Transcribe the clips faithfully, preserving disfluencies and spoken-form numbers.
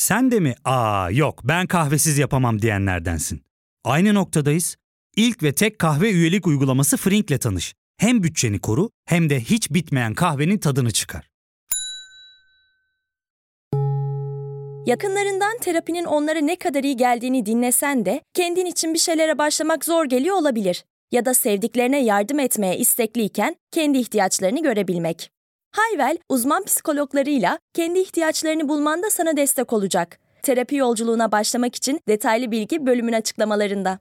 Sen de mi "Aa yok ben kahvesiz yapamam" diyenlerdensin? Aynı noktadayız. İlk ve tek kahve üyelik uygulaması Frink'le tanış. Hem bütçeni koru hem de hiç bitmeyen kahvenin tadını çıkar. Yakınlarından terapinin onlara ne kadar iyi geldiğini dinlesen de kendin için bir şeylere başlamak zor geliyor olabilir. Ya da sevdiklerine yardım etmeye istekliyken kendi ihtiyaçlarını görebilmek. Hayvel, uzman psikologlarıyla kendi ihtiyaçlarını bulmanda sana destek olacak. Terapi yolculuğuna başlamak için detaylı bilgi bölümün açıklamalarında.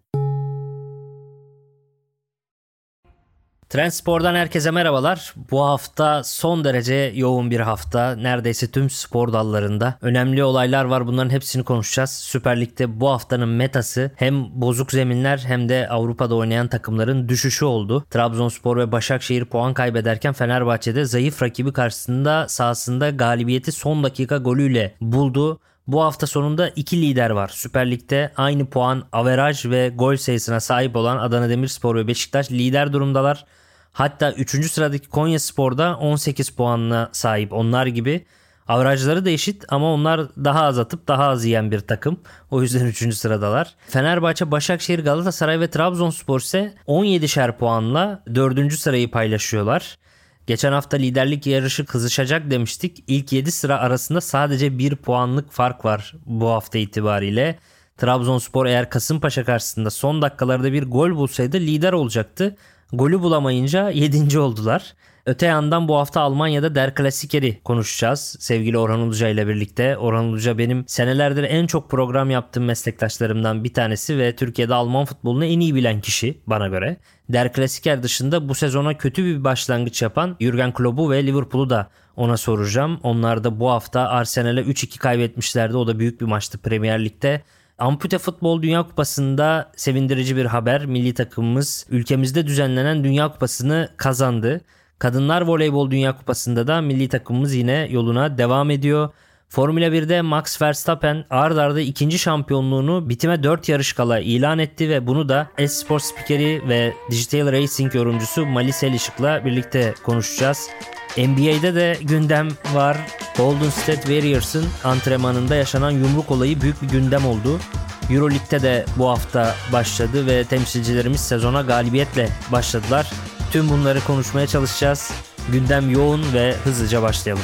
Trendspor'dan herkese merhabalar. Bu hafta son derece yoğun bir hafta. Neredeyse tüm spor dallarında önemli olaylar var. Bunların hepsini konuşacağız. Süper Lig'de bu haftanın metası hem bozuk zeminler hem de Avrupa'da oynayan takımların düşüşü oldu. Trabzonspor ve Başakşehir puan kaybederken Fenerbahçe'de zayıf rakibi karşısında sahasında galibiyeti son dakika golüyle buldu. Bu hafta sonunda iki lider var. Süper Lig'de aynı puan, averaj ve gol sayısına sahip olan Adana Demirspor ve Beşiktaş lider durumdalar. Hatta üçüncü sıradaki Konyaspor'da on sekiz puanına sahip onlar gibi. Averajları da eşit ama onlar daha az atıp daha az yiyen bir takım. O yüzden üçüncü sıradalar. Fenerbahçe, Başakşehir, Galatasaray ve Trabzonspor ise on yedişer puanla dördüncü sırayı paylaşıyorlar. Geçen hafta liderlik yarışı kızışacak demiştik. İlk yedi sıra arasında sadece bir puanlık fark var bu hafta itibariyle. Trabzonspor eğer Kasımpaşa karşısında son dakikalarda bir gol bulsaydı lider olacaktı. Golü bulamayınca yedinci oldular. Öte yandan bu hafta Almanya'da Der Klassiker'i konuşacağız sevgili Orhan Uluca ile birlikte. Orhan Uluca benim senelerdir en çok program yaptığım meslektaşlarımdan bir tanesi ve Türkiye'de Alman futbolunu en iyi bilen kişi bana göre. Der Klassiker dışında bu sezona kötü bir başlangıç yapan Jürgen Klopp'u ve Liverpool'u da ona soracağım. Onlar da bu hafta Arsenal'e üç iki kaybetmişlerdi. O da büyük bir maçtı Premier Lig'de. Ampute Futbol Dünya Kupası'nda sevindirici bir haber. Milli takımımız ülkemizde düzenlenen Dünya Kupası'nı kazandı. Kadınlar Voleybol Dünya Kupası'nda da milli takımımız yine yoluna devam ediyor. Formula birde Max Verstappen ard arda ikinci şampiyonluğunu bitime dört yarış kala ilan etti ve bunu da Esport spikeri ve Digital Racing yorumcusu Mali Selişik'le birlikte konuşacağız. N B A'de de gündem var. Golden State Warriors'ın antrenmanında yaşanan yumruk olayı büyük bir gündem oldu. Euroleague'de de bu hafta başladı ve temsilcilerimiz sezona galibiyetle başladılar. Tüm bunları konuşmaya çalışacağız. Gündem yoğun ve hızlıca başlayalım.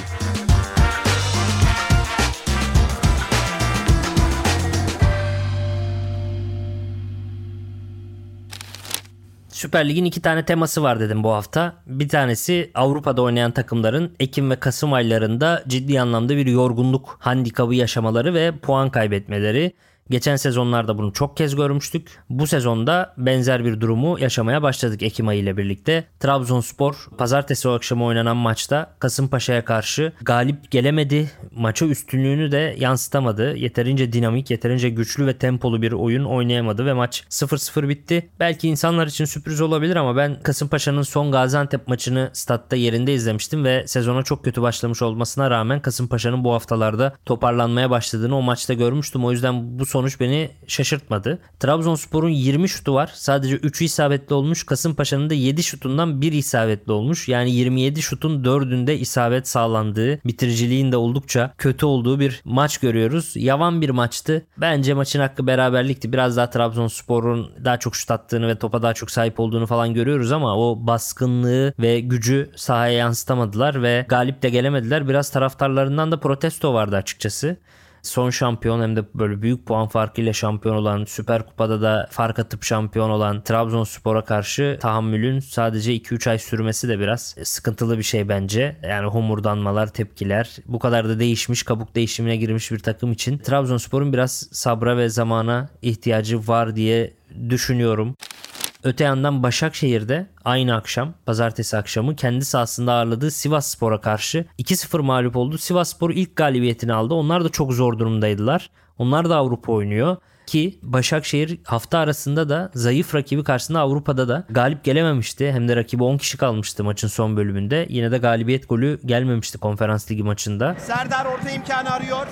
Süper Lig'in iki tane teması var dedim bu hafta. Bir tanesi Avrupa'da oynayan takımların Ekim ve Kasım aylarında ciddi anlamda bir yorgunluk handikabı yaşamaları ve puan kaybetmeleri. Geçen sezonlarda bunu çok kez görmüştük. Bu sezonda benzer bir durumu yaşamaya başladık Ekim ayı ile birlikte. Trabzonspor pazartesi akşamı oynanan maçta Kasımpaşa'ya karşı galip gelemedi. Maça üstünlüğünü de yansıtamadı. Yeterince dinamik, yeterince güçlü ve tempolu bir oyun oynayamadı ve maç sıfır sıfır bitti. Belki insanlar için sürpriz olabilir ama ben Kasımpaşa'nın son Gaziantep maçını statta yerinde izlemiştim ve sezona çok kötü başlamış olmasına rağmen Kasımpaşa'nın bu haftalarda toparlanmaya başladığını o maçta görmüştüm. O yüzden bu sonuç beni şaşırtmadı. Trabzonspor'un yirmi şutu var. Sadece üçü isabetli olmuş. Kasımpaşa'nın da yedi şutundan biri isabetli olmuş. Yani yirmi yedi şutun dördünde isabet sağlandığı, bitiriciliğin de oldukça kötü olduğu bir maç görüyoruz. Yavan bir maçtı. Bence maçın hakkı beraberlikti. Biraz daha Trabzonspor'un daha çok şut attığını ve topa daha çok sahip olduğunu falan görüyoruz ama o baskınlığı ve gücü sahaya yansıtamadılar ve galip de gelemediler. Biraz taraftarlarından da protesto vardı açıkçası. Son şampiyon hem de böyle büyük puan farkıyla şampiyon olan, Süper Kupa'da da fark atıp şampiyon olan Trabzonspor'a karşı tahammülün sadece iki üç ay sürmesi de biraz sıkıntılı bir şey bence. Yani homurdanmalar, tepkiler bu kadar da değişmiş, kabuk değişimine girmiş bir takım için Trabzonspor'un biraz sabra ve zamana ihtiyacı var diye düşünüyorum. Öte yandan Başakşehir'de aynı akşam, pazartesi akşamı kendi sahasında ağırladığı Sivasspor'a karşı iki sıfır mağlup oldu. Sivasspor ilk galibiyetini aldı. Onlar da çok zor durumdaydılar. Onlar da Avrupa oynuyor. Ki Başakşehir hafta arasında da zayıf rakibi karşısında Avrupa'da da galip gelememişti. Hem de rakibi on kişi kalmıştı maçın son bölümünde. Yine de galibiyet golü gelmemişti Konferans Ligi maçında. Serdar orta imkanı arıyor.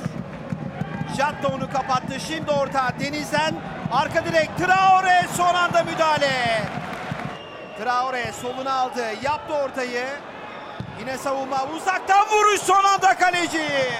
Jat da onu kapattı. Şimdi orta Deniz'den arka direk Traore son anda müdahale. Traore soluna aldı. Yaptı ortayı. Yine savunma uzaktan vuruş son anda kaleci.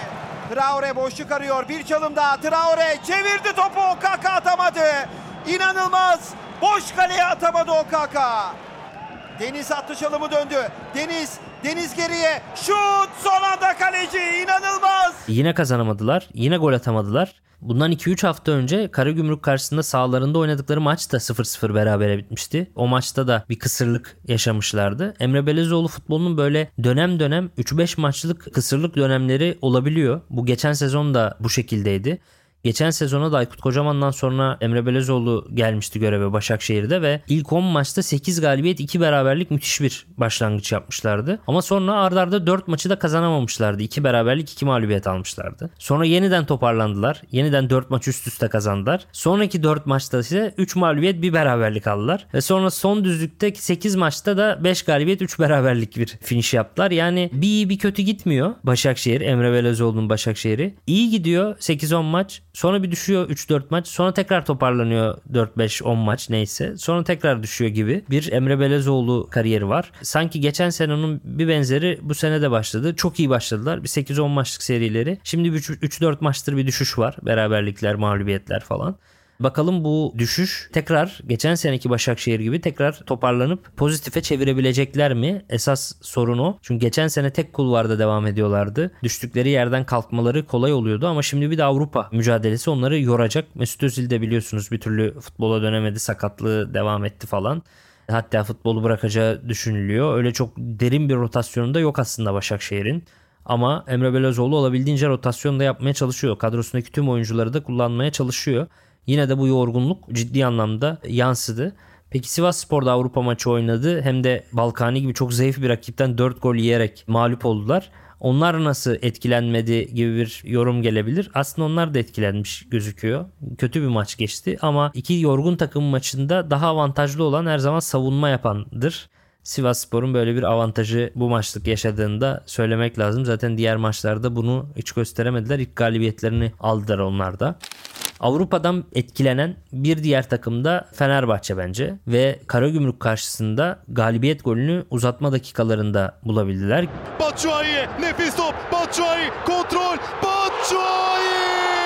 Traore boşluk arıyor. Bir çalım daha. Traore çevirdi topu. Okaka atamadı. İnanılmaz. Boş kaleye atamadı Okaka. Deniz attı, çalımı döndü. Deniz, Deniz geriye. Şut, son anda kaleci. İnanılmaz. Yine kazanamadılar. Yine gol atamadılar. Bundan iki üç hafta önce Karagümrük karşısında sahalarında oynadıkları maç da sıfır sıfır berabere bitmişti. O maçta da bir kısırlık yaşamışlardı. Emre Belezoğlu futbolunun böyle dönem dönem üç beş maçlık kısırlık dönemleri olabiliyor. Bu geçen sezon da bu şekildeydi. Geçen sezona da Aykut Kocaman'dan sonra Emre Belezoğlu gelmişti göreve Başakşehir'de ve ilk on maçta sekiz galibiyet iki beraberlik müthiş bir başlangıç yapmışlardı. Ama sonra arda arda dört maçı da kazanamamışlardı. iki beraberlik iki mağlubiyet almışlardı. Sonra yeniden toparlandılar. Yeniden dört maç üst üste kazandılar. Sonraki dört maçta ise üç mağlubiyet bir beraberlik aldılar. Ve sonra son düzlükte sekiz maçta da beş galibiyet üç beraberlik bir finish yaptılar. Yani bir iyi bir kötü gitmiyor Başakşehir. Emre Belezoğlu'nun Başakşehir'i. İyi gidiyor sekiz on maç. Sonra bir düşüyor üç dört maç. Sonra tekrar toparlanıyor dört beş on maç neyse. Sonra tekrar düşüyor gibi bir Emre Belezoğlu kariyeri var. Sanki geçen sezonun bir benzeri bu sene de başladı. Çok iyi başladılar. Bir sekiz on maçlık serileri. Şimdi üç dört maçtır bir düşüş var. Beraberlikler, mağlubiyetler falan. Bakalım bu düşüş tekrar geçen seneki Başakşehir gibi tekrar toparlanıp pozitife çevirebilecekler mi? Esas sorun o. Çünkü geçen sene tek kulvarda devam ediyorlardı. Düştükleri yerden kalkmaları kolay oluyordu ama şimdi bir de Avrupa mücadelesi onları yoracak. Mesut Özil de biliyorsunuz bir türlü futbola dönemedi. Sakatlığı devam etti falan. Hatta futbolu bırakacağı düşünülüyor. Öyle çok derin bir rotasyonu da yok aslında Başakşehir'in. Ama Emre Belezoğlu olabildiğince rotasyon da yapmaya çalışıyor. Kadrosundaki tüm oyuncuları da kullanmaya çalışıyor. Yine de bu yorgunluk ciddi anlamda yansıdı. Peki Sivasspor'da Avrupa maçı oynadı. Hem de Balkani gibi çok zayıf bir rakipten dört gol yiyerek mağlup oldular. Onlar nasıl etkilenmedi gibi bir yorum gelebilir. Aslında onlar da etkilenmiş gözüküyor. Kötü bir maç geçti ama iki yorgun takım maçında daha avantajlı olan her zaman savunma yapandır. Sivasspor'un böyle bir avantajı bu maçlık yaşadığında söylemek lazım. Zaten diğer maçlarda bunu hiç gösteremediler. İlk galibiyetlerini aldılar onlar da. Avrupa'dan etkilenen bir diğer takım da Fenerbahçe bence ve Karagümrük karşısında galibiyet golünü uzatma dakikalarında bulabildiler. Batshuayi nefis top. Batshuayi kontrol. Batshuayi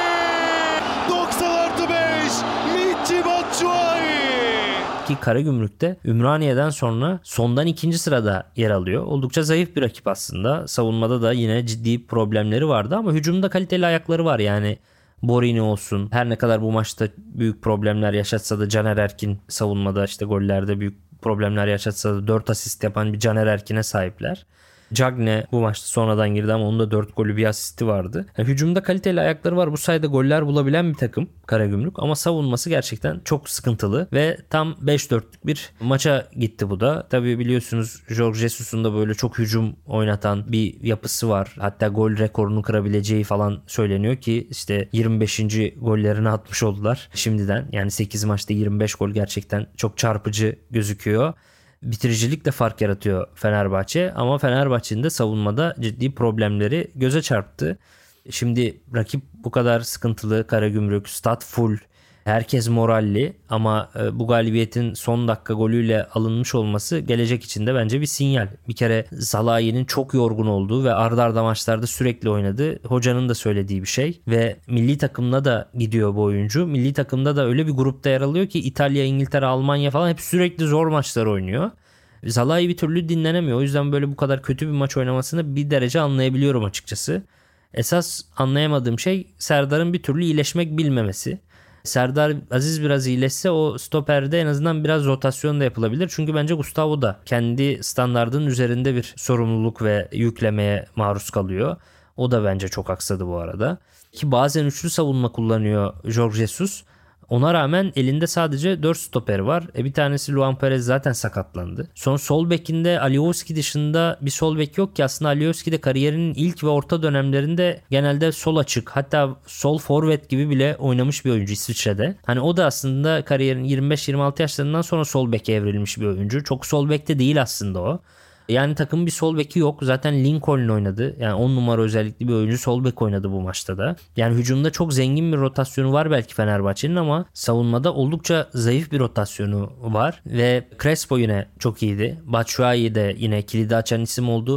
doksan artı beş. Michy Batshuayi. Ki Karagümrük'te Ümraniye'den sonra sondan ikinci sırada yer alıyor. Oldukça zayıf bir rakip aslında. Savunmada da yine ciddi problemleri vardı ama hücumda kaliteli ayakları var yani. Borini olsun. Her ne kadar bu maçta büyük problemler yaşatsa da Caner Erkin savunmada işte gollerde büyük problemler yaşatsa da dört asist yapan bir Caner Erkin'e sahipler. Cagne bu maçta sonradan girdi ama onun da dört golü bir asisti vardı. Yani hücumda kaliteli ayakları var. Bu sayede goller bulabilen bir takım Karagümrük ama savunması gerçekten çok sıkıntılı ve tam beş dörtlük bir maça gitti bu da. Tabii biliyorsunuz Jorge Jesus'un da böyle çok hücum oynatan bir yapısı var. Hatta gol rekorunu kırabileceği falan söyleniyor ki işte yirmi beşinci gollerini atmış oldular şimdiden. Yani sekiz maçta yirmi beş gol gerçekten çok çarpıcı gözüküyor. Bitiricilikle fark yaratıyor Fenerbahçe ama Fenerbahçe'nin de savunmada ciddi problemleri göze çarptı. Şimdi rakip bu kadar sıkıntılı, Karagümrük, stat full, herkes moralli ama bu galibiyetin son dakika golüyle alınmış olması gelecek için de bence bir sinyal. Bir kere Zalai'nin çok yorgun olduğu ve arda arda maçlarda sürekli oynadığı hocanın da söylediği bir şey ve milli takımına da gidiyor bu oyuncu. Milli takımda da öyle bir grupta yer alıyor ki İtalya, İngiltere, Almanya falan hep sürekli zor maçlar oynuyor. Zalai bir türlü dinlenemiyor. O yüzden böyle bu kadar kötü bir maç oynamasını bir derece anlayabiliyorum açıkçası. Esas anlayamadığım şey Serdar'ın bir türlü iyileşmek bilmemesi. Serdar Aziz biraz iyileşse o stoperde en azından biraz rotasyon da yapılabilir. Çünkü bence Gustavo da kendi standardının üzerinde bir sorumluluk ve yüklemeye maruz kalıyor. O da bence çok aksadı bu arada. Ki bazen üçlü savunma kullanıyor Jorge Jesus. Ona rağmen elinde sadece dört stoper var. E bir tanesi Luan Perez zaten sakatlandı. Sonra sol bekinde Alioski dışında bir sol bek yok ki. Aslında Alioski de kariyerinin ilk ve orta dönemlerinde genelde sol açık, hatta sol forvet gibi bile oynamış bir oyuncu İsviçre'de. Hani o da aslında kariyerin yirmi beş yirmi altı yaşlarından sonra sol beke evrilmiş bir oyuncu. Çok sol bekte değil aslında o. Yani takımın bir sol beki yok. Zaten Lincoln oynadı. Yani on numara özellikli bir oyuncu sol bek oynadı bu maçta da. Yani hücumda çok zengin bir rotasyonu var belki Fenerbahçe'nin ama savunmada oldukça zayıf bir rotasyonu var. Ve Crespo yine çok iyiydi. Batshuayi de yine kilidi açan isim oldu.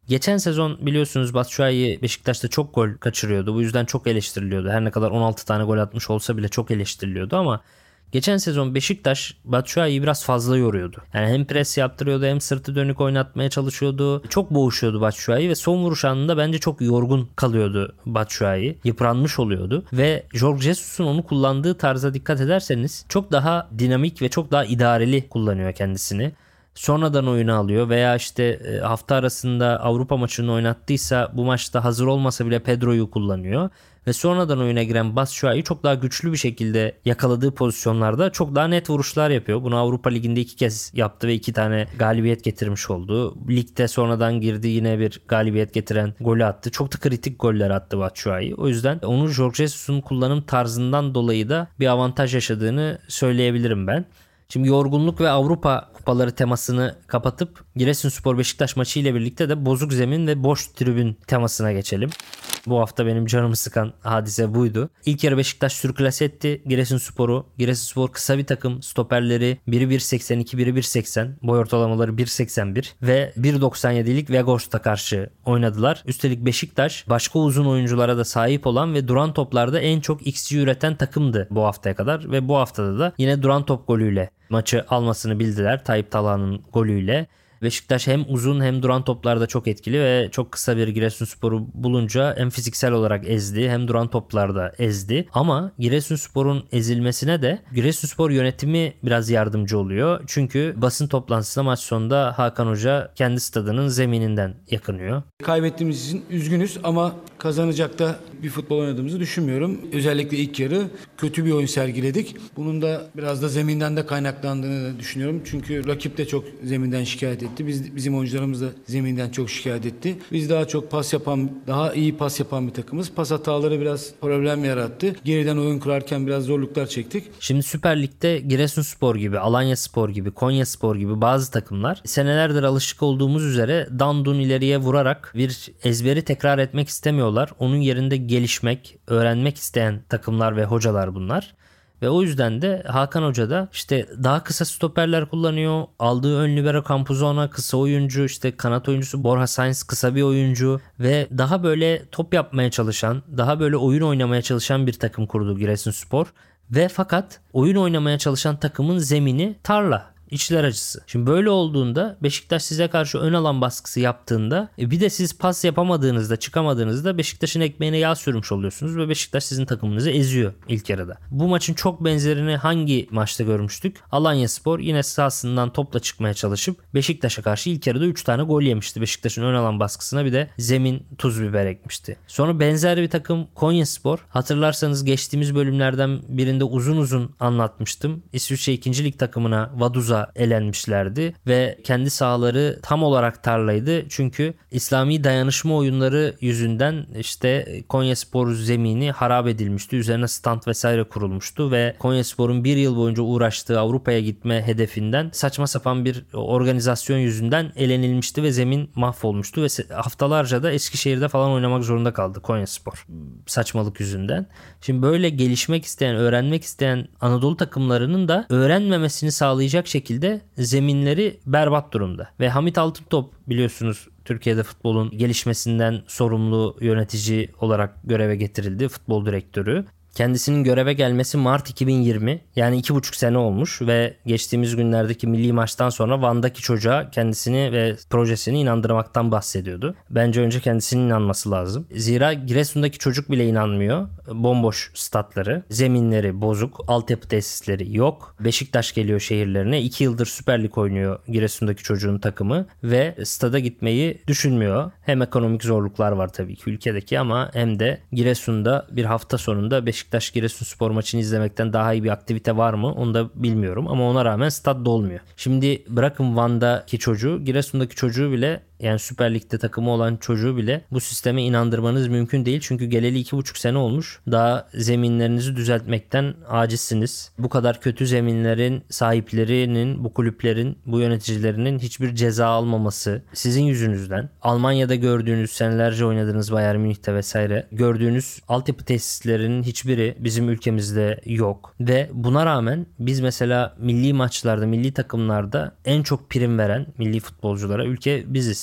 Geçen sezon biliyorsunuz Batshuayi Beşiktaş'ta çok gol kaçırıyordu. Bu yüzden çok eleştiriliyordu. Her ne kadar on altı tane gol atmış olsa bile çok eleştiriliyordu ama geçen sezon Beşiktaş Batshuayi'yi biraz fazla yoruyordu. Yani hem pres yaptırıyordu hem sırtı dönük oynatmaya çalışıyordu. Çok boğuşuyordu Batshuayi ve son vuruş anında bence çok yorgun kalıyordu Batshuayi. Yıpranmış oluyordu ve Jorge Jesus'un onu kullandığı tarza dikkat ederseniz çok daha dinamik ve çok daha idareli kullanıyor kendisini. Sonradan oyunu alıyor veya işte hafta arasında Avrupa maçını oynattıysa bu maçta hazır olmasa bile Pedro'yu kullanıyor. Ve sonradan oyuna giren Batshuayi çok daha güçlü bir şekilde yakaladığı pozisyonlarda çok daha net vuruşlar yapıyor. Bunu Avrupa Ligi'nde iki kez yaptı ve iki tane galibiyet getirmiş oldu. Ligde sonradan girdi, yine bir galibiyet getiren golü attı. Çok da kritik goller attı Batshuayi. O yüzden onun Jorge Jesus'un kullanım tarzından dolayı da bir avantaj yaşadığını söyleyebilirim ben. Şimdi yorgunluk ve Avrupa kupaları temasını kapatıp Giresunspor Beşiktaş maçı ile birlikte de bozuk zemin ve boş tribün temasına geçelim. Bu hafta benim canımı sıkan hadise buydu. İlk yarı Beşiktaş sürklase etti Giresunspor'u. Giresunspor kısa bir takım. Stoperleri biri bir seksen iki, biri bir seksen. Boy ortalamaları bir seksen bir ve bir doksan yedilik Vegors'ta karşı oynadılar. Üstelik Beşiktaş başka uzun oyunculara da sahip olan ve duran toplarda en çok X G üreten takımdı bu haftaya kadar ve bu haftada da yine duran top golüyle maçı almasını bildiler. Tayyip Talha'nın golüyle. Beşiktaş hem uzun hem duran toplarda çok etkili ve çok kısa bir Giresunspor'u bulunca hem fiziksel olarak ezdi hem duran toplarda ezdi. Ama Giresunspor'un ezilmesine de Giresunspor yönetimi biraz yardımcı oluyor. Çünkü basın toplantısında maç sonunda Hakan Hoca kendi stadının zemininden yakınıyor. Kaybettiğimiz için üzgünüz ama kazanacak da bir futbol oynadığımızı düşünmüyorum. Özellikle ilk yarı kötü bir oyun sergiledik. Bunun da biraz da zeminden de kaynaklandığını düşünüyorum. Çünkü rakip de çok zeminden şikayet etti. Biz, bizim oyuncularımız da zeminden çok şikayet etti. Biz daha çok pas yapan, daha iyi pas yapan bir takımız. Pas hataları biraz problem yarattı. Geriden oyun kurarken biraz zorluklar çektik. Şimdi Süper Lig'de Giresunspor gibi, Alanyaspor gibi, Konyaspor gibi bazı takımlar senelerdir alışık olduğumuz üzere dandun ileriye vurarak bir ezberi tekrar etmek istemiyorlar. Onun yerinde gelişmek, öğrenmek isteyen takımlar ve hocalar bunlar. Ve o yüzden de Hakan Hoca da işte daha kısa stoperler kullanıyor. Aldığı ön libero Campuzano kısa oyuncu, işte kanat oyuncusu Borja Sainz kısa bir oyuncu ve daha böyle top yapmaya çalışan, daha böyle oyun oynamaya çalışan bir takım kurdu Giresunspor. Ve fakat oyun oynamaya çalışan takımın zemini tarla. İçler acısı. Şimdi böyle olduğunda Beşiktaş size karşı ön alan baskısı yaptığında e bir de siz pas yapamadığınızda, çıkamadığınızda Beşiktaş'ın ekmeğine yağ sürmüş oluyorsunuz ve Beşiktaş sizin takımınızı eziyor ilk yarıda. Bu maçın çok benzerini hangi maçta görmüştük? Alanyaspor yine sahasından topla çıkmaya çalışıp Beşiktaş'a karşı ilk yarıda üç tane gol yemişti. Beşiktaş'ın ön alan baskısına bir de zemin tuz biber ekmişti. Sonra benzer bir takım Konyaspor. Hatırlarsanız geçtiğimiz bölümlerden birinde uzun uzun anlatmıştım. İsviçre ikinci lig takımına Vaduz'a elenmişlerdi ve kendi sahaları tam olarak tarlaydı. Çünkü İslami dayanışma oyunları yüzünden işte Konyaspor zemini harap edilmişti. Üzerine stand vesaire kurulmuştu ve Konyaspor'un bir yıl boyunca uğraştığı Avrupa'ya gitme hedefinden saçma sapan bir organizasyon yüzünden elenilmişti ve zemin mahvolmuştu ve haftalarca da Eskişehir'de falan oynamak zorunda kaldı Konyaspor. Saçmalık yüzünden. Şimdi böyle gelişmek isteyen, öğrenmek isteyen Anadolu takımlarının da öğrenmemesini sağlayacak şekilde şekilde zeminleri berbat durumda. Ve Hamit Altıntop biliyorsunuz Türkiye'de futbolun gelişmesinden sorumlu yönetici olarak göreve getirildi. Futbol direktörü. Kendisinin göreve gelmesi Mart iki bin yirmi, yani iki buçuk sene olmuş ve geçtiğimiz günlerdeki milli maçtan sonra Van'daki çocuğa kendisini ve projesini inandırmaktan bahsediyordu. Bence önce kendisinin inanması lazım. Zira Giresun'daki çocuk bile inanmıyor. Bomboş statları, zeminleri bozuk, altyapı tesisleri yok. Beşiktaş geliyor şehirlerine. iki yıldır Süper Lig oynuyor Giresun'daki çocuğun takımı ve stada gitmeyi düşünmüyor. Hem ekonomik zorluklar var tabii ki ülkedeki ama hem de Giresun'da bir hafta sonunda Beşiktaş Beşiktaş Giresunspor maçını izlemekten daha iyi bir aktivite var mı onu da bilmiyorum ama ona rağmen stat dolmuyor. Şimdi bırakın Van'daki çocuğu, Giresun'daki çocuğu bile, yani Süper Lig'de takımı olan çocuğu bile bu sisteme inandırmanız mümkün değil. Çünkü geleli iki buçuk sene olmuş. Daha zeminlerinizi düzeltmekten acizsiniz. Bu kadar kötü zeminlerin sahiplerinin, bu kulüplerin, bu yöneticilerinin hiçbir ceza almaması sizin yüzünüzden. Almanya'da gördüğünüz, senelerce oynadığınız Bayern Münih'te vesaire gördüğünüz altyapı tesislerinin hiçbiri bizim ülkemizde yok. Ve buna rağmen biz mesela milli maçlarda, milli takımlarda en çok prim veren milli futbolculara ülke biziz.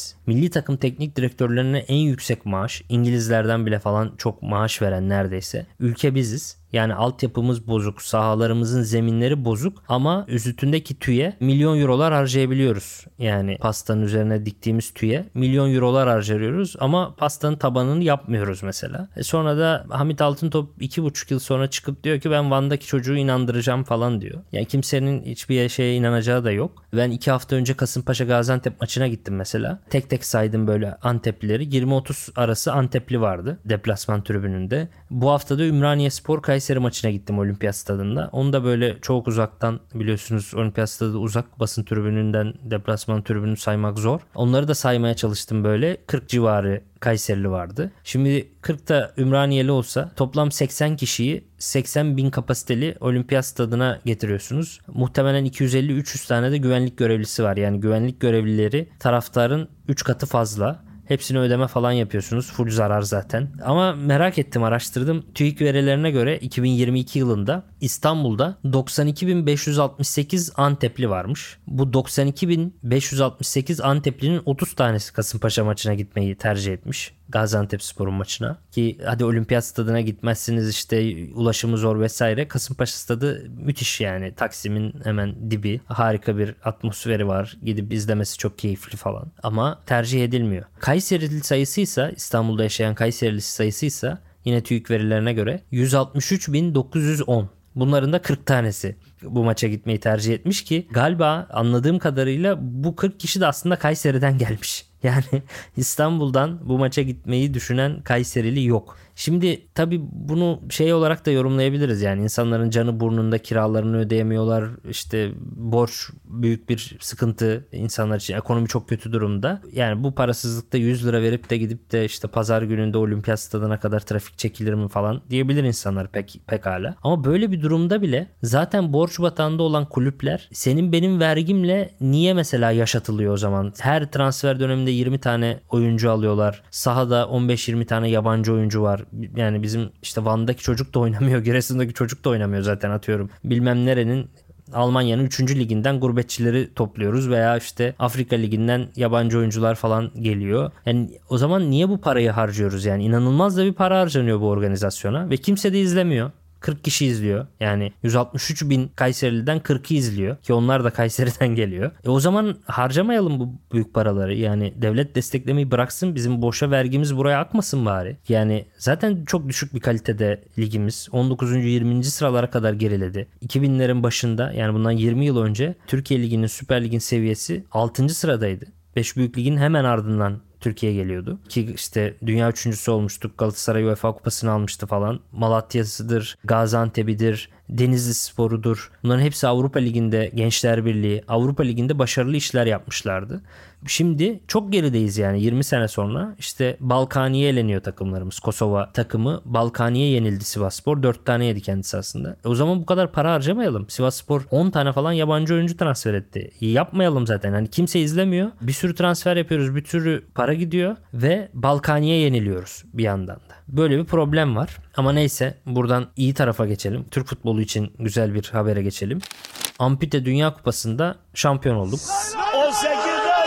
ülkemiz. Milli takım teknik direktörlerine en yüksek maaş, İngilizlerden bile falan çok maaş veren neredeyse ülke biziz. Yani altyapımız bozuk, sahalarımızın zeminleri bozuk ama üstündeki tüye milyon eurolar harcayabiliyoruz. Yani pastanın üzerine diktiğimiz tüye milyon eurolar harcıyoruz ama pastanın tabanını yapmıyoruz mesela. E sonra da Hamit Altıntop iki buçuk yıl sonra çıkıp diyor ki ben Van'daki çocuğu inandıracağım falan diyor. Yani kimsenin hiçbir şeye inanacağı da yok. Ben iki hafta önce Kasımpaşa Gaziantep maçına gittim mesela. Tek tek saydım böyle Anteplileri. yirmi otuz arası Antepli vardı deplasman tribününde. Bu hafta da Ümraniyespor Kayseri maçına gittim Olimpiyat Stadı'nda. Onu da böyle çok uzaktan, biliyorsunuz Olimpiyat Stadı uzak, basın tribününden deplasman tribünü saymak zor. Onları da saymaya çalıştım böyle. kırk civarı Kayserili vardı. Şimdi kırkta Ümraniyeli olsa toplam seksen kişiyi seksen bin kapasiteli Olimpiyat Stadı'na getiriyorsunuz. Muhtemelen iki yüz elli üç yüz tane de güvenlik görevlisi var. Yani güvenlik görevlileri taraftarın üç katı fazla. Hepsini ödeme falan yapıyorsunuz. Full zarar zaten. Ama merak ettim, araştırdım. TÜİK verilerine göre iki bin yirmi iki yılında İstanbul'da doksan iki bin beş yüz altmış sekiz Antepli varmış. Bu doksan iki bin beş yüz altmış sekiz Anteplinin otuz tanesi Kasımpaşa maçına gitmeyi tercih etmiş. Gaziantepspor'un maçına. Ki hadi Olimpiyat Stadı'na gitmezsiniz, işte ulaşımı zor vesaire. Kasımpaşa Stadı müthiş yani. Taksim'in hemen dibi. Harika bir atmosferi var. Gidip izlemesi çok keyifli falan. Ama tercih edilmiyor. Kayserili sayısıysa, İstanbul'da yaşayan Kayserili sayısıysa yine TÜİK verilerine göre yüz altmış üç bin dokuz yüz on. Bunların da kırk tanesi bu maça gitmeyi tercih etmiş ki galiba anladığım kadarıyla bu kırk kişi de aslında Kayseri'den gelmiş. Yani İstanbul'dan bu maça gitmeyi düşünen Kayserili yok. Şimdi tabii bunu şey olarak da yorumlayabiliriz. Yani insanların canı burnunda, kiralarını ödeyemiyorlar. İşte borç büyük bir sıkıntı insanlar için. Ekonomi çok kötü durumda. Yani bu parasızlıkta yüz lira verip de gidip de işte pazar gününde Olimpiyat Stadı'na kadar trafik çekilir mi falan diyebilir insanlar pek pekala. Ama böyle bir durumda bile zaten borç batağında olan kulüpler senin benim vergimle niye mesela yaşatılıyor o zaman? Her transfer döneminde yirmi tane oyuncu alıyorlar. Sahada on beş yirmi tane yabancı oyuncu var. Yani bizim işte Van'daki çocuk da oynamıyor. Giresun'daki çocuk da oynamıyor zaten, atıyorum. Bilmem nerenin, Almanya'nın üçüncü liginden gurbetçileri topluyoruz veya işte Afrika liginden yabancı oyuncular falan geliyor. Yani o zaman niye bu parayı harcıyoruz? Yani inanılmaz da bir para harcanıyor bu organizasyona ve kimse de izlemiyor. kırk kişi izliyor. Yani yüz altmış üç bin Kayserili'den kırkı izliyor ki onlar da Kayseri'den geliyor. E o zaman harcamayalım bu büyük paraları. Yani devlet desteklemeyi bıraksın, bizim boşa vergimiz buraya akmasın bari. Yani zaten çok düşük bir kalitede ligimiz. on dokuzuncu yirminci sıralara kadar geriledi. iki binlerin başında, yani bundan yirmi yıl önce Türkiye Ligi'nin, Süper Lig'in seviyesi altıncı sıradaydı. beş büyük ligin hemen ardından Türkiye geliyordu. Ki işte dünya üçüncüsü olmuştuk. Galatasaray UEFA Kupası'nı almıştı falan. Malatya'sıdır, Gaziantep'idir, Denizli Sporu'dur. Bunların hepsi Avrupa Ligi'nde, Gençler Birliği, Avrupa Ligi'nde başarılı işler yapmışlardı. Şimdi çok gerideyiz yani yirmi sene sonra. İşte Balkani'ye eleniyor takımlarımız. Kosova takımı Balkani'ye yenildi Sivasspor. dört tane yedi kendisi aslında. E o zaman bu kadar para harcamayalım. Sivasspor on tane falan yabancı oyuncu transfer etti. Yapmayalım zaten. Hani kimse izlemiyor. Bir sürü transfer yapıyoruz. Bir sürü para gidiyor ve Balkani'ye yeniliyoruz bir yandan da. Böyle bir problem var. Ama neyse, buradan iyi tarafa geçelim. Türk futbolu için güzel bir habere geçelim. Ampute Dünya Kupası'nda şampiyon olduk. on sekiz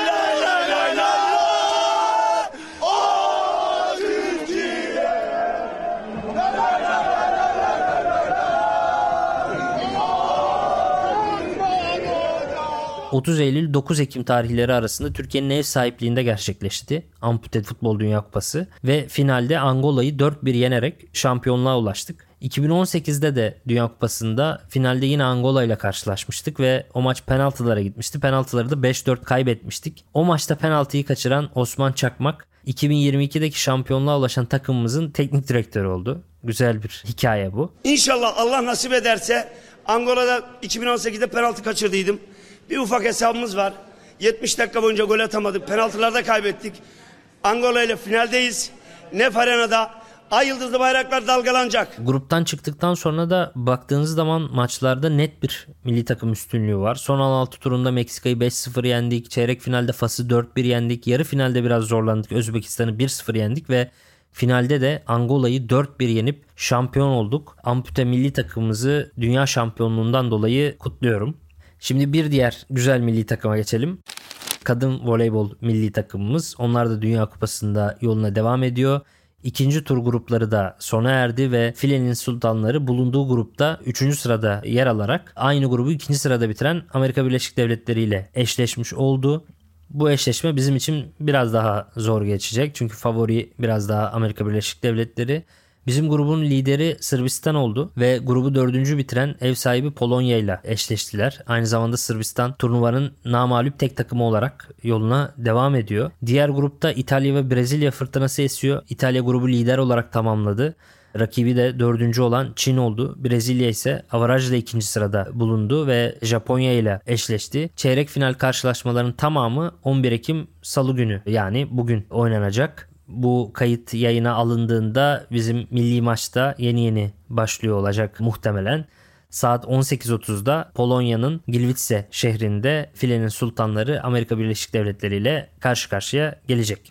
otuz Eylül dokuz Ekim tarihleri arasında Türkiye'nin ev sahipliğinde gerçekleşti Ampute Futbol Dünya Kupası ve finalde Angola'yı dört bir yenerek şampiyonluğa ulaştık. iki bin on sekizde de Dünya Kupası'nda finalde yine Angola ile karşılaşmıştık ve o maç penaltılara gitmişti. Penaltıları da beş dört kaybetmiştik. O maçta penaltıyı kaçıran Osman Çakmak iki bin yirmi ikideki şampiyonluğa ulaşan takımımızın teknik direktörü oldu. Güzel bir hikaye bu. İnşallah Allah nasip ederse Angola'da iki bin on sekizde penaltı kaçırdıydım. Bir ufak hesabımız var. yetmiş dakika boyunca gol atamadık. Penaltılarda kaybettik. Angola ile finaldeyiz. Nef Arena'da ay yıldızlı bayraklar dalgalanacak. Gruptan çıktıktan sonra da baktığınız zaman maçlarda net bir milli takım üstünlüğü var. Son on altı turunda Meksika'yı beş sıfır yendik. Çeyrek finalde Fas'ı dört bir yendik. Yarı finalde biraz zorlandık. Özbekistan'ı bir sıfır yendik ve finalde de Angola'yı dört bir yenip şampiyon olduk. Ampute milli takımımızı dünya şampiyonluğundan dolayı kutluyorum. Şimdi bir diğer güzel milli takıma geçelim. kadın voleybol milli takımımız. Onlar da Dünya Kupası'nda yoluna devam ediyor. İkinci tur grupları da sona erdi ve Filenin Sultanları bulunduğu grupta üçüncü sırada yer alarak aynı grubu ikinci sırada bitiren Amerika Birleşik Devletleri ile eşleşmiş oldu. Bu eşleşme bizim için biraz daha zor geçecek. Çünkü favori biraz daha Amerika Birleşik Devletleri. Bizim grubun lideri Sırbistan oldu ve grubu dördüncü bitiren ev sahibi Polonya ile eşleştiler. Aynı zamanda Sırbistan turnuvanın namağlup tek takımı olarak yoluna devam ediyor. Diğer grupta İtalya ve Brezilya fırtınası esiyor. İtalya grubu lider olarak tamamladı. Rakibi de dördüncü olan Çin oldu. Brezilya ise avarajla ikinci sırada bulundu ve Japonya ile eşleşti. Çeyrek final karşılaşmaların tamamı on bir Ekim Salı günü, yani bugün oynanacak. Bu kayıt yayına alındığında bizim milli maçta yeni yeni başlıyor olacak muhtemelen. Saat on sekiz otuzda Polonya'nın Gliwice şehrinde Filenin Sultanları Amerika Birleşik Devletleri ile karşı karşıya gelecek.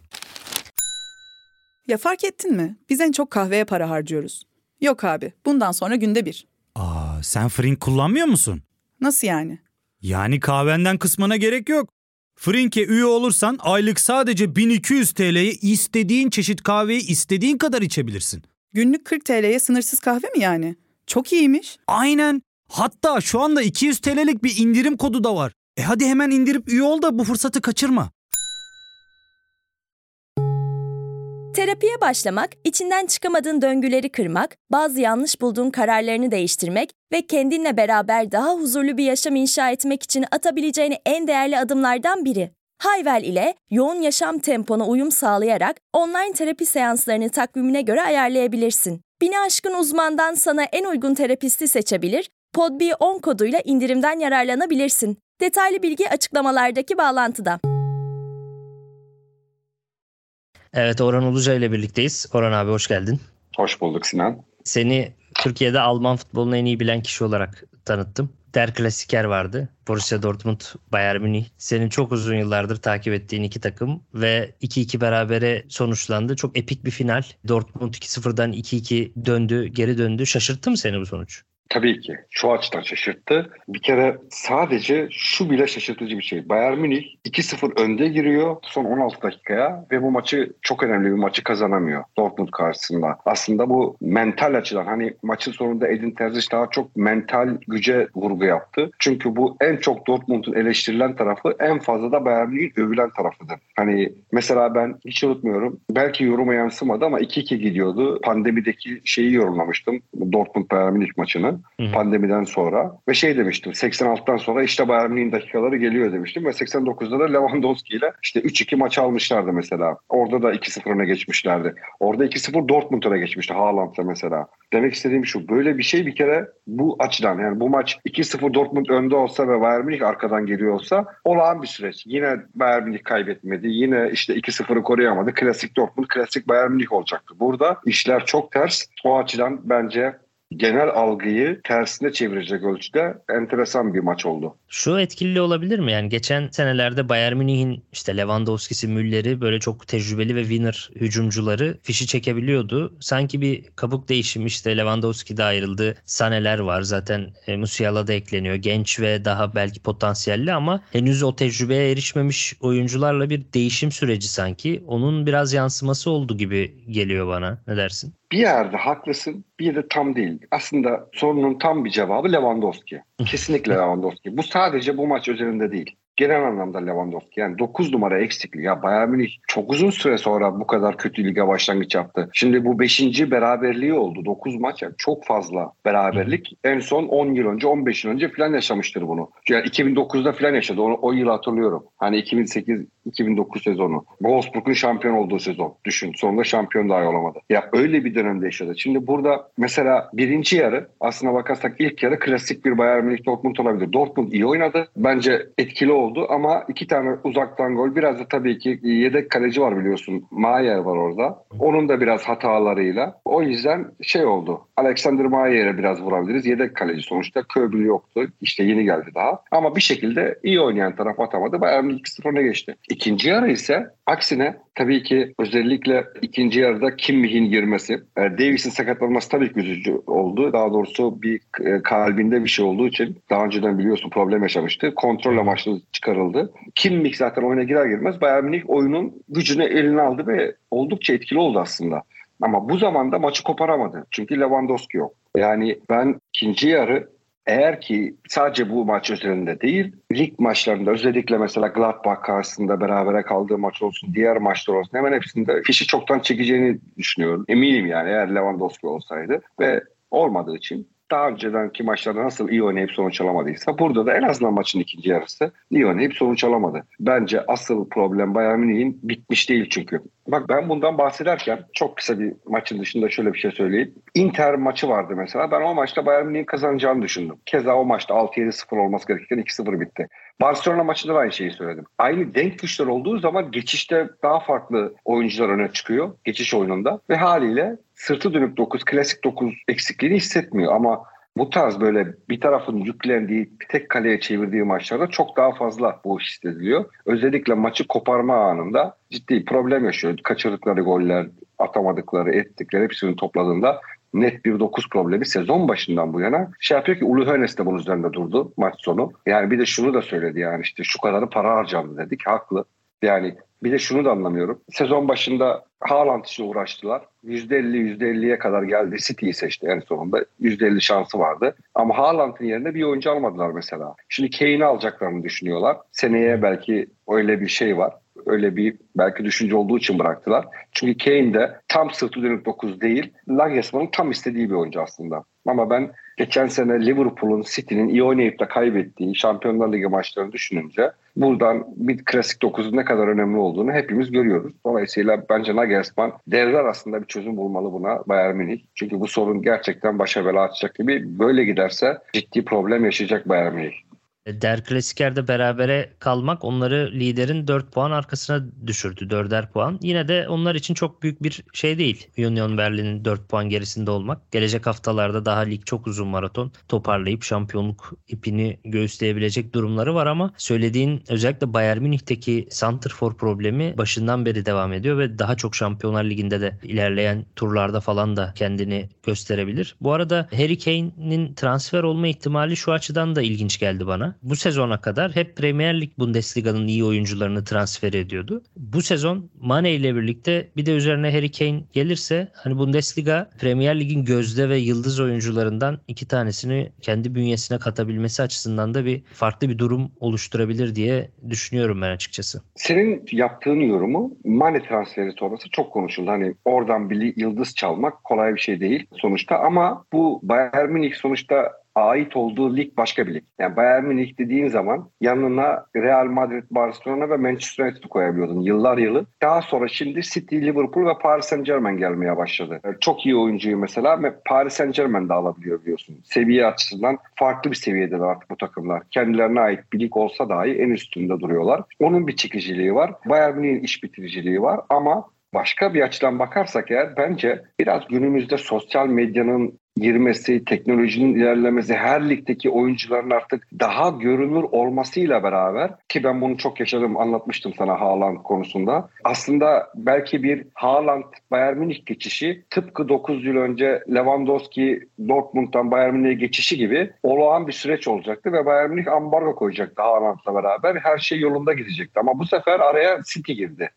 Ya fark ettin mi? Biz en çok kahveye para harcıyoruz. Yok abi, bundan sonra günde bir. Aa, sen Frink kullanmıyor musun? Nasıl yani? Yani kahvenden kısmına gerek yok. Frink'e üye olursan aylık sadece bin iki yüz T L'ye istediğin çeşit kahveyi istediğin kadar içebilirsin. Günlük kırk T L'ye sınırsız kahve mi yani? Çok iyiymiş. Aynen. Hatta şu anda iki yüz T L'lik bir indirim kodu da var. E hadi hemen indirip üye ol da bu fırsatı kaçırma. Terapiye başlamak, içinden çıkamadığın döngüleri kırmak, bazı yanlış bulduğun kararlarını değiştirmek ve kendinle beraber daha huzurlu bir yaşam inşa etmek için atabileceğin en değerli adımlardan biri. Hayvel ile yoğun yaşam tempona uyum sağlayarak online terapi seanslarını takvimine göre ayarlayabilirsin. Bini aşkın uzmandan sana en uygun terapisti seçebilir, Pod B on koduyla indirimden yararlanabilirsin. Detaylı bilgi açıklamalardaki bağlantıda. Evet, Orhan Uluca ile birlikteyiz. Orhan abi hoş geldin. Hoş bulduk Sinan. Seni Türkiye'de Alman futbolunu en iyi bilen kişi olarak tanıttım. Der Klassiker vardı. Borussia Dortmund, Bayern Münih. Senin çok uzun yıllardır takip ettiğin iki takım ve iki iki berabere sonuçlandı. Çok epik bir final. Dortmund iki sıfırdan iki iki döndü, geri döndü. Şaşırttı mı seni bu sonuç? Tabii ki. Şu açıdan şaşırttı. Bir kere sadece şu bile şaşırtıcı bir şey. Bayern Münih iki sıfır önde giriyor son on altı dakikaya ve bu maçı, çok önemli bir maçı kazanamıyor Dortmund karşısında. Aslında bu mental açıdan, hani maçın sonunda Edin Terzic daha çok mental güce vurgu yaptı. Çünkü bu en çok Dortmund'un eleştirilen tarafı, en fazla da Bayern Münih'in övülen tarafıdır. Hani mesela ben hiç unutmuyorum, belki yoruma yansımadı ama iki iki gidiyordu. Pandemideki şeyi yorumlamıştım, Dortmund Bayern Münih maçını. Hı-hı. Pandemiden sonra ve şey demiştim, seksen altıdan sonra işte Bayern Münih'in dakikaları geliyor demiştim ve seksen dokuzda da Lewandowski ile işte üç iki maç almışlardı mesela. Orada da iki sıfır öne geçmişlerdi. Orada iki sıfır Dortmund öne geçmişti Haaland'la mesela. Demek istediğim şu, böyle bir şey bir kere bu açıdan, yani bu maç iki sıfır Dortmund önde olsa ve Bayern Münih arkadan geliyor olsa olağan bir süreç. Yine Bayern Münih kaybetmedi. Yine işte iki sıfırı koruyamadı. Klasik Dortmund, klasik Bayern Münih olacaktı. Burada işler çok ters. O açıdan bence genel algıyı tersine çevirecek ölçüde enteresan bir maç oldu. Şu etkili olabilir mi? Yani geçen senelerde Bayern Münih'in işte Lewandowski'si, Müller'i, böyle çok tecrübeli ve winner hücumcuları fişi çekebiliyordu. Sanki bir kabuk değişimi, işte Lewandowski de ayrıldı. Saneler var zaten, e, Musiala da ekleniyor. Genç ve daha belki potansiyelli ama henüz o tecrübeye erişmemiş oyuncularla bir değişim süreci sanki. Onun biraz yansıması oldu gibi geliyor bana. Ne dersin? Bir yerde haklısın, bir yerde tam değil. Aslında sorunun tam bir cevabı Lewandowski. Kesinlikle Lewandowski. Bu sadece bu maç özelinde değil. Genel anlamda Lewandowski. Yani dokuz numara eksikliği. Ya Bayern Münih çok uzun süre sonra bu kadar kötü lige başlangıç yaptı. Şimdi bu beşinci beraberliği oldu. dokuz maç, yani çok fazla beraberlik. En son on yıl önce, on beş yıl önce falan yaşamıştır bunu. Yani iki bin dokuzda falan yaşadı. Onu, o yılı hatırlıyorum. Hani iki bin sekiz iki bin dokuz sezonu. Wolfsburg'un şampiyon olduğu sezon. Düşün. Sonunda şampiyon dahi olamadı. Ya öyle bir dönemde yaşadı. Şimdi burada mesela birinci yarı, aslına bakarsak ilk yarı klasik bir Bayern Münih Dortmund olabilir. Dortmund iyi oynadı. Bence etkili oldu. oldu ama iki tane uzaktan gol, biraz da tabii ki yedek kaleci var biliyorsun. Maier var orada. Onun da biraz hatalarıyla. O yüzden şey oldu. Alexander Maier'e biraz vurabiliriz. Yedek kaleci sonuçta. Köbül yoktu. İşte yeni geldi daha. Ama bir şekilde iyi oynayan taraf atamadı. Bayern Münih iki sıfır öne geçti. İkinci yarı ise aksine Tabii ki özellikle ikinci yarıda Kimmich'in girmesi, e, Davies'in sakatlanması tabii ki üzücü oldu. Daha doğrusu bir e, kalbinde bir şey olduğu için daha önceden biliyorsun problem yaşamıştı. Kontrol amaçlı çıkarıldı. Kimmich zaten oyuna girer girmez Bayern Münih oyunun gücünü eline aldı ve oldukça etkili oldu aslında. Ama bu zamanda maçı koparamadı. Çünkü Lewandowski yok. Yani ben ikinci yarı eğer ki sadece bu maç üzerinde değil, lig maçlarında özellikle mesela Gladbach karşısında berabere kaldığı maç olsun, diğer maçlar olsun hemen hepsinde fişi çoktan çekeceğini düşünüyorum. Eminim yani eğer Lewandowski olsaydı ve olmadığı için daha öncedenki maçlarda nasıl iyi oynayıp sonuç alamadıysa burada da en azından maçın ikinci yarısı iyi oynayıp sonuç alamadı. Bence asıl problem Bayern Münih'in bitmiş değil çünkü. Bak ben bundan bahsederken çok kısa bir maçın dışında şöyle bir şey söyleyeyim. Inter maçı vardı mesela. Ben o maçta Bayern Münih'in kazanacağını düşündüm. Keza o maçta altı yedi sıfır olması gerekirken iki sıfır bitti. Barcelona maçında da aynı şeyi söyledim. Aynı denk güçler olduğu zaman geçişte daha farklı oyuncular öne çıkıyor. Geçiş oyununda ve haliyle sırtı dönük dokuz, klasik dokuz eksikliğini hissetmiyor. Ama bu tarz böyle bir tarafın yüklendiği, bir tek kaleye çevirdiği maçlarda çok daha fazla bu iş hissediliyor. Özellikle maçı koparma anında ciddi problem yaşıyor. Kaçırdıkları goller, atamadıkları, ettikleri hepsini topladığında net bir dokuz problemi sezon başından bu yana şey yapıyor ki Ulu Hoeneß de bunun üzerinde durdu maç sonu. Yani bir de şunu da söyledi yani işte şu kadarı para harcandı dedik. Haklı. Yani bir de şunu da anlamıyorum. Sezon başında Haaland için uğraştılar. yüzde elli yüzde elliye kadar geldi. City'yi seçti en sonunda. yüzde elli şansı vardı. Ama Haaland'ın yerine bir oyuncu almadılar mesela. Şimdi Kane'i alacaklarını düşünüyorlar. Seneye belki öyle bir şey var. Öyle bir belki düşünce olduğu için bıraktılar. Çünkü Kane de tam sırtı dönük dokuz değil. Nagelsmann'ın tam istediği bir oyuncu aslında. Ama ben geçen sene Liverpool'un, City'nin iyi oynayıp da kaybettiği Şampiyonlar Ligi maçlarını düşününce buradan bir klasik dokuzun ne kadar önemli olduğunu hepimiz görüyoruz. Dolayısıyla bence Nagelsmann devre arasında bir çözüm bulmalı buna Bayern Münih. Çünkü bu sorun gerçekten başa bela açacak gibi. Böyle giderse ciddi problem yaşayacak Bayern Münih. Der Klassiker'de berabere kalmak onları liderin dört puan arkasına düşürdü. dörder puan. Yine de onlar için çok büyük bir şey değil. Union Berlin'in dört puan gerisinde olmak. Gelecek haftalarda daha lig çok uzun maraton. Toparlayıp şampiyonluk ipini göğüsleyebilecek durumları var ama söylediğin özellikle Bayern Münih'teki santrfor problemi başından beri devam ediyor ve daha çok Şampiyonlar Ligi'nde de ilerleyen turlarda falan da kendini gösterebilir. Bu arada Harry Kane'in transfer olma ihtimali şu açıdan da ilginç geldi bana. Bu sezona kadar hep Premier Lig Bundesliga'nın iyi oyuncularını transfer ediyordu. Bu sezon Mane ile birlikte bir de üzerine Harry Kane gelirse hani Bundesliga Premier Lig'in gözde ve yıldız oyuncularından iki tanesini kendi bünyesine katabilmesi açısından da bir farklı bir durum oluşturabilir diye düşünüyorum ben açıkçası. Senin yaptığın yorumu Mane transferi sonrası çok konuşuldu. Hani oradan bir yıldız çalmak kolay bir şey değil sonuçta ama bu Bayern Münih sonuçta ait olduğu lig başka bir lig. Yani Bayern Münih dediğin zaman yanına Real Madrid, Barcelona ve Manchester United'ı koyabiliyordun yıllar yılı. Daha sonra şimdi City, Liverpool ve Paris Saint-Germain gelmeye başladı. Yani çok iyi oyuncuyu mesela Paris Saint-Germain de alabiliyor biliyorsun. Seviye açısından farklı bir seviyede artık bu takımlar. Kendilerine ait bir lig olsa dahi en üstünde duruyorlar. Onun bir çekiciliği var. Bayern Münih'in iş bitiriciliği var ama başka bir açıdan bakarsak eğer bence biraz günümüzde sosyal medyanın girmesi, teknolojinin ilerlemesi, her ligdeki oyuncuların artık daha görünür olmasıyla beraber ki ben bunu çok yaşadım, anlatmıştım sana Haaland konusunda. Aslında belki bir Haaland Bayern Münih geçişi tıpkı dokuz yıl önce Lewandowski Dortmund'dan Bayern Münih'e geçişi gibi olağan bir süreç olacaktı ve Bayern Münih ambargo koyacaktı Haaland'la beraber. Her şey yolunda gidecekti ama bu sefer araya City girdi.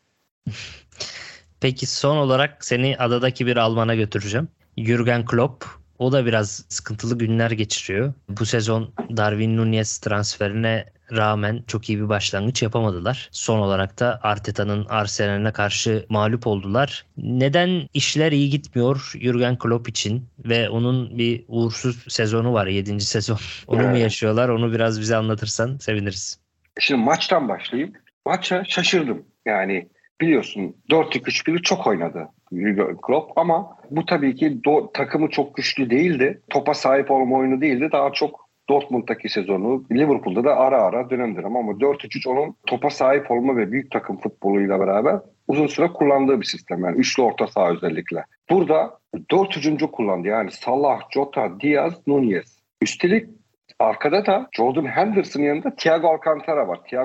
Peki son olarak seni adadaki bir Alman'a götüreceğim. Jürgen Klopp. O da biraz sıkıntılı günler geçiriyor. Bu sezon Darwin Núñez transferine rağmen çok iyi bir başlangıç yapamadılar. Son olarak da Arteta'nın Arsenal'ine karşı mağlup oldular. Neden işler iyi gitmiyor Jürgen Klopp için ve onun bir uğursuz sezonu var, yedinci sezon. Onu mu yaşıyorlar? Onu biraz bize anlatırsan seviniriz. Şimdi maçtan başlayayım. Maça şaşırdım. Yani biliyorsun dört iki üç biri çok oynadı Jürgen Klopp ama bu tabii ki do- takımı çok güçlü değildi. Topa sahip olma oyunu değildi. Daha çok Dortmund'daki sezonu, Liverpool'da da ara ara dönem dönem ama dört üç üç onun topa sahip olma ve büyük takım futboluyla beraber uzun süre kullandığı bir sistem. Yani üçlü orta saha özellikle. Burada dört hücumcu kullandı. Yani Salah, Jota, Diaz, Núñez. Üstelik arkada da Jordan Henderson'ın yanında Thiago Alcantara var. Thiago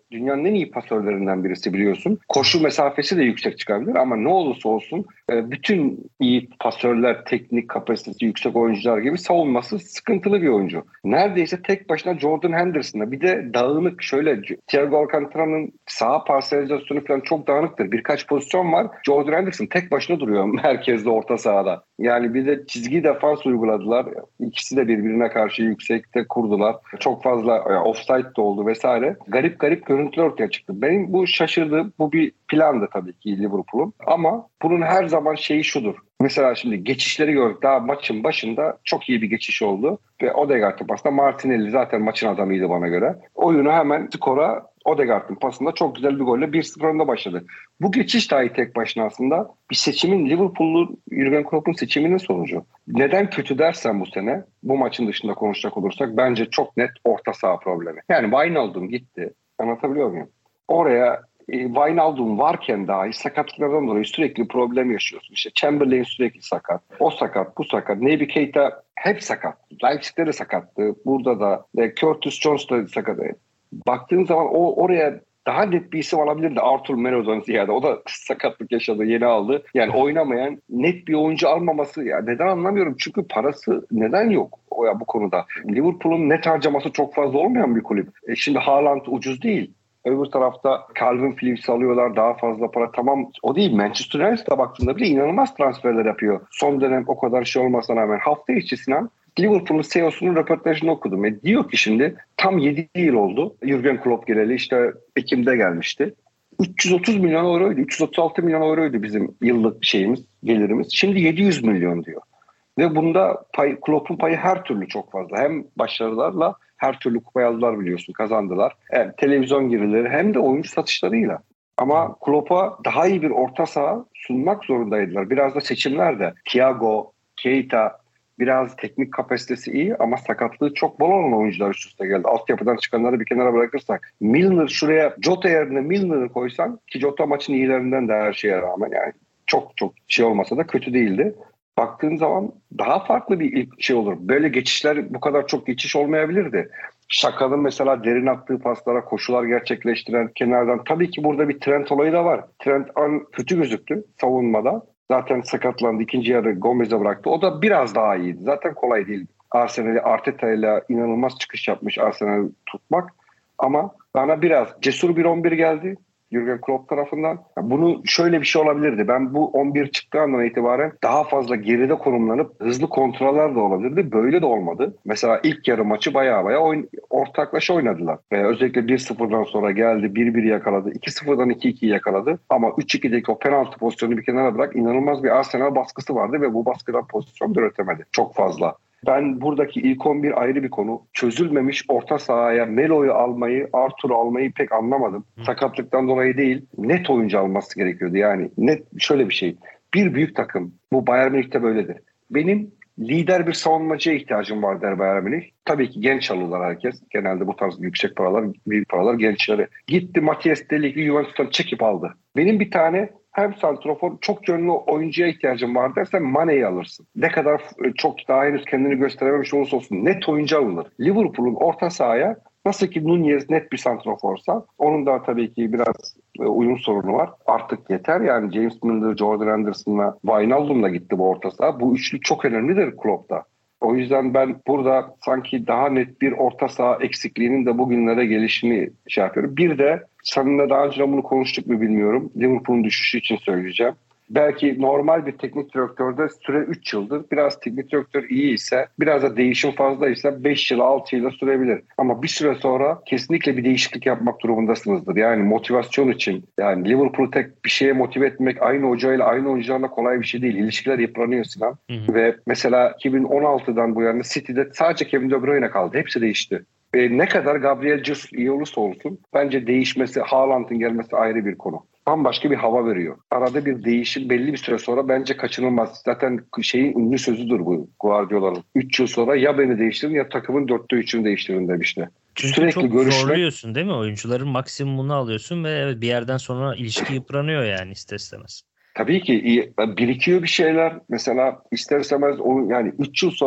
dünyanın en iyi pasörlerinden birisi biliyorsun. Koşu mesafesi de yüksek çıkabilir ama ne olursa olsun bütün iyi pasörler, teknik kapasitesi yüksek oyuncular gibi savunması sıkıntılı bir oyuncu. Neredeyse tek başına Jordan Henderson'la bir de dağınık şöyle Thiago Alcantara'nın sağ parselizasyonu falan çok dağınıktır. Birkaç pozisyon var. Jordan Henderson tek başına duruyor merkezde orta sahada. Yani bir de çizgi defans uyguladılar. İkisi de birbirine karşı yüksekte kurdular. Çok fazla yani offside de oldu vesaire. Garip garip görüntüler ortaya çıktı. Benim bu şaşırdığım, bu bir plandı tabii ki Liverpool'un. Ama bunun her zaman şeyi şudur. Mesela şimdi geçişleri gördük. Daha maçın başında çok iyi bir geçiş oldu. Ve Odegaard'ın pasında Martinelli zaten maçın adamıydı bana göre. Oyunu hemen skora Odegaard'ın pasında çok güzel bir golle bir sıfır önde başladı. Bu geçiş dahi tek başına aslında bir seçimin, Liverpool'lu Jurgen Klopp'un seçiminin sonucu. Neden kötü dersen bu sene, bu maçın dışında konuşacak olursak bence çok net orta saha problemi. Yani Wijnaldum gitti. Anlatabiliyor muyum? Oraya Wijnaldum varken dahi sakatlıklardan dolayı sürekli problem yaşıyorsun. İşte Chamberlain sürekli sakat. O sakat, bu sakat. Naby Keita hep sakat. Leipzig'te de sakattı. Burada da. Curtis Jones da sakat. Baktığın zaman o oraya daha net bir isim alabilirdi. Arthur Melo'dan ziyade. O da sakatlık yaşadı. Yeni aldı. Yani oynamayan net bir oyuncu almaması. Ya neden anlamıyorum. Çünkü parası neden yok o ya bu konuda. Liverpool'un net harcaması çok fazla olmayan bir kulüp. E şimdi Haaland ucuz değil. Öbür tarafta Calvin Phillips alıyorlar, daha fazla para. Tamam o değil. Manchester United'a baktığında bile inanılmaz transferler yapıyor. Son dönem o kadar şey olmasına rağmen. Hafta içi Sinan Liverpool'un C E O'sunun röportajını okudum. E diyor ki şimdi tam yedi yıl oldu. Jurgen Klopp geleli işte Ekim'de gelmişti. üç yüz otuz milyon euroydu. üç yüz otuz altı milyon euroydu bizim yıllık şeyimiz, gelirimiz. Şimdi yedi yüz milyon diyor. Ve bunda pay, Klopp'un payı her türlü çok fazla. Hem başarılarla her türlü kupayı aldılar biliyorsun, kazandılar. Hem televizyon girdileri hem de oyuncu satışlarıyla. Ama Klopp'a daha iyi bir orta saha sunmak zorundaydılar. Biraz da seçimler de. Thiago, Keita biraz teknik kapasitesi iyi ama sakatlığı çok bol olan oyuncular üst üste geldi. Altyapıdan çıkanları bir kenara bırakırsak. Milner şuraya Jota yerine Milner'ı koysan ki Jota maçın iyilerinden de her şeye rağmen yani çok çok şey olmasa da kötü değildi. Baktığın zaman daha farklı bir şey olur. Böyle geçişler bu kadar çok geçiş olmayabilirdi. Şaka'nın mesela derin attığı paslara koşular gerçekleştiren kenardan. Tabii ki burada bir Trent olayı da var. Trent an kötü gözüktü savunmada. Zaten sakatlandı. İkinci yarı Gomez'e bıraktı. O da biraz daha iyiydi. Zaten kolay değil. Arsenal'i Arteta ile inanılmaz çıkış yapmış Arsenal'i tutmak. Ama bana biraz cesur bir on bir geldi Jurgen Klopp tarafından. Bunu şöyle bir şey olabilirdi. Ben bu on bir çıktığı andan itibaren daha fazla geride konumlanıp hızlı kontroller de olabilirdi. Böyle de olmadı. Mesela ilk yarı maçı baya baya oyun, ortaklaşa oynadılar. Ve özellikle bir sıfırdan sonra geldi. bir bir yakaladı. iki sıfırdan iki iki yakaladı. Ama üç ikideki o penaltı pozisyonu bir kenara bırak inanılmaz bir Arsenal baskısı vardı ve bu baskıdan pozisyon da üretemedi. Çok fazla. Ben buradaki ilk on bir ayrı bir konu. Çözülmemiş orta sahaya Melo'yu almayı, Arthur'u almayı pek anlamadım. Hı. Sakatlıktan dolayı değil, net oyuncu alması gerekiyordu. Yani net şöyle bir şey. Bir büyük takım, bu Bayern Münih'te böyledir. Benim lider bir savunmacıya ihtiyacım var der Bayern Münih. Tabii ki genç alırlar herkes. Genelde bu tarz yüksek paralar, büyük paralar gençlere. Gitti Matthias Delik'i Juventus'tan çekip aldı. Benim bir tane hem santrafor çok yönlü oyuncuya ihtiyacım var dersen Mane'yi alırsın. Ne kadar çok daha henüz kendini gösterememiş olursa olsun net oyuncu alınır. Liverpool'un orta sahaya nasıl ki Nunez net bir santraforsa onun da tabii ki biraz uyum sorunu var. Artık yeter yani James Milner, Jordan Henderson'la Wijnaldum'la gitti bu orta saha. Bu üçlü çok önemlidir Klopp'ta. O yüzden ben burada sanki daha net bir orta saha eksikliğinin de bugünlere gelişini şey yapıyorum. Bir de seninle daha önce bunu konuştuk mu bilmiyorum. Liverpool'un düşüşü için söyleyeceğim. Belki normal bir teknik direktörde süre üç yıldır. Biraz teknik direktör iyi ise, biraz da değişim fazlaysa beş yıl, altı yıla sürebilir. Ama bir süre sonra kesinlikle bir değişiklik yapmak durumundasınızdır. Yani motivasyon için. Yani Liverpool'u tek bir şeye motive etmek aynı hocayla, aynı oyuncularla kolay bir şey değil. İlişkiler yıpranıyor Sinan. Hı hı. Ve mesela iki bin on altıdan bu yana City'de sadece Kevin De Bruyne kaldı. Hepsi değişti. Ve ne kadar Gabriel Jesus iyi olursa olsun bence değişmesi, Haaland'ın gelmesi ayrı bir konu. Bambaşka bir hava veriyor. Arada bir değişim belli bir süre sonra bence kaçınılmaz. Zaten şeyin ünlü sözüdür bu Guardiola'nın. üç yıl sonra ya beni değiştirin ya takımın dörtte üçünü değiştirin demişti. Çünkü Sürekli çok görüşmek... zorluyorsun değil mi? Oyuncuların maksimumunu alıyorsun ve bir yerden sonra ilişki yıpranıyor yani ister istemez. Tabii ki birikiyor bir şeyler. Mesela ister istemez o yani üç yıl sonra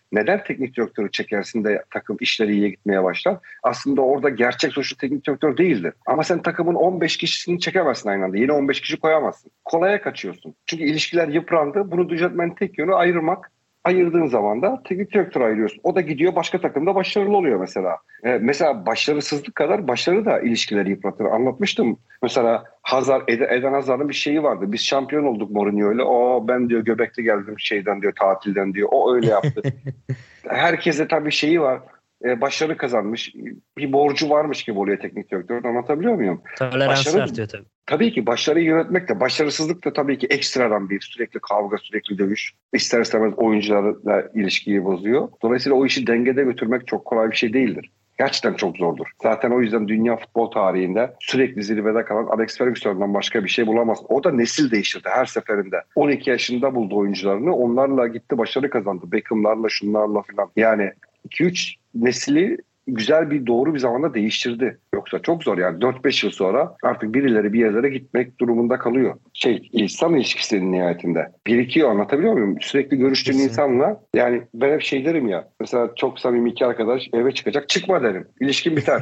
Neden teknik direktörü çekersin de takım işleri iyiye gitmeye başlar? Aslında orada gerçek suçlu teknik direktör değildir. Ama sen takımın on beş kişisini çekemezsin aynı anda. Yine on beş kişi koyamazsın. Kolaya kaçıyorsun. Çünkü ilişkiler yıprandı. Bunu düzeltmenin tek yönü ayırmak. Ayırdığın zaman da teknik direktör ayırıyorsun. O da gidiyor başka takımda başarılı oluyor mesela. Ee, mesela başarısızlık kadar başarı da ilişkileri yıpratır. Anlatmıştım. Mesela Hazard, Eden Hazard'ın bir şeyi vardı. Biz şampiyon olduk Mourinho'yla. O ben diyor göbekli geldim şeyden diyor tatilden diyor. O öyle yaptı. Herkese tabii şeyi var. Ee, başarı kazanmış. Bir borcu varmış gibi oluyor teknik direktör. Anlatabiliyor muyum? Tolerans artıyor tabii. Tabii ki başarıyı yönetmek de, başarısızlık da tabii ki ekstradan bir sürekli kavga, sürekli dövüş. İster istemez oyuncularla ilişkiyi bozuyor. Dolayısıyla o işi dengede götürmek çok kolay bir şey değildir. Gerçekten çok zordur. Zaten o yüzden dünya futbol tarihinde sürekli zirvede kalan Alex Ferguson'dan başka bir şey bulamaz. O da nesil değiştirdi her seferinde. on iki yaşında buldu oyuncularını. Onlarla gitti başarı kazandı. Beckham'larla şunlarla falan. Yani iki üç nesli güzel bir doğru bir zamanda değiştirdi. Yoksa çok zor yani dört beş yıl sonra artık birileri bir yerlere gitmek durumunda kalıyor. Şey insan ilişkisinin nihayetinde birikiyor, anlatabiliyor muyum? Sürekli görüştüğün Kesin. insanla yani ben hep şey derim ya mesela çok samimi iki arkadaş eve çıkacak çıkma derim. İlişkin biter.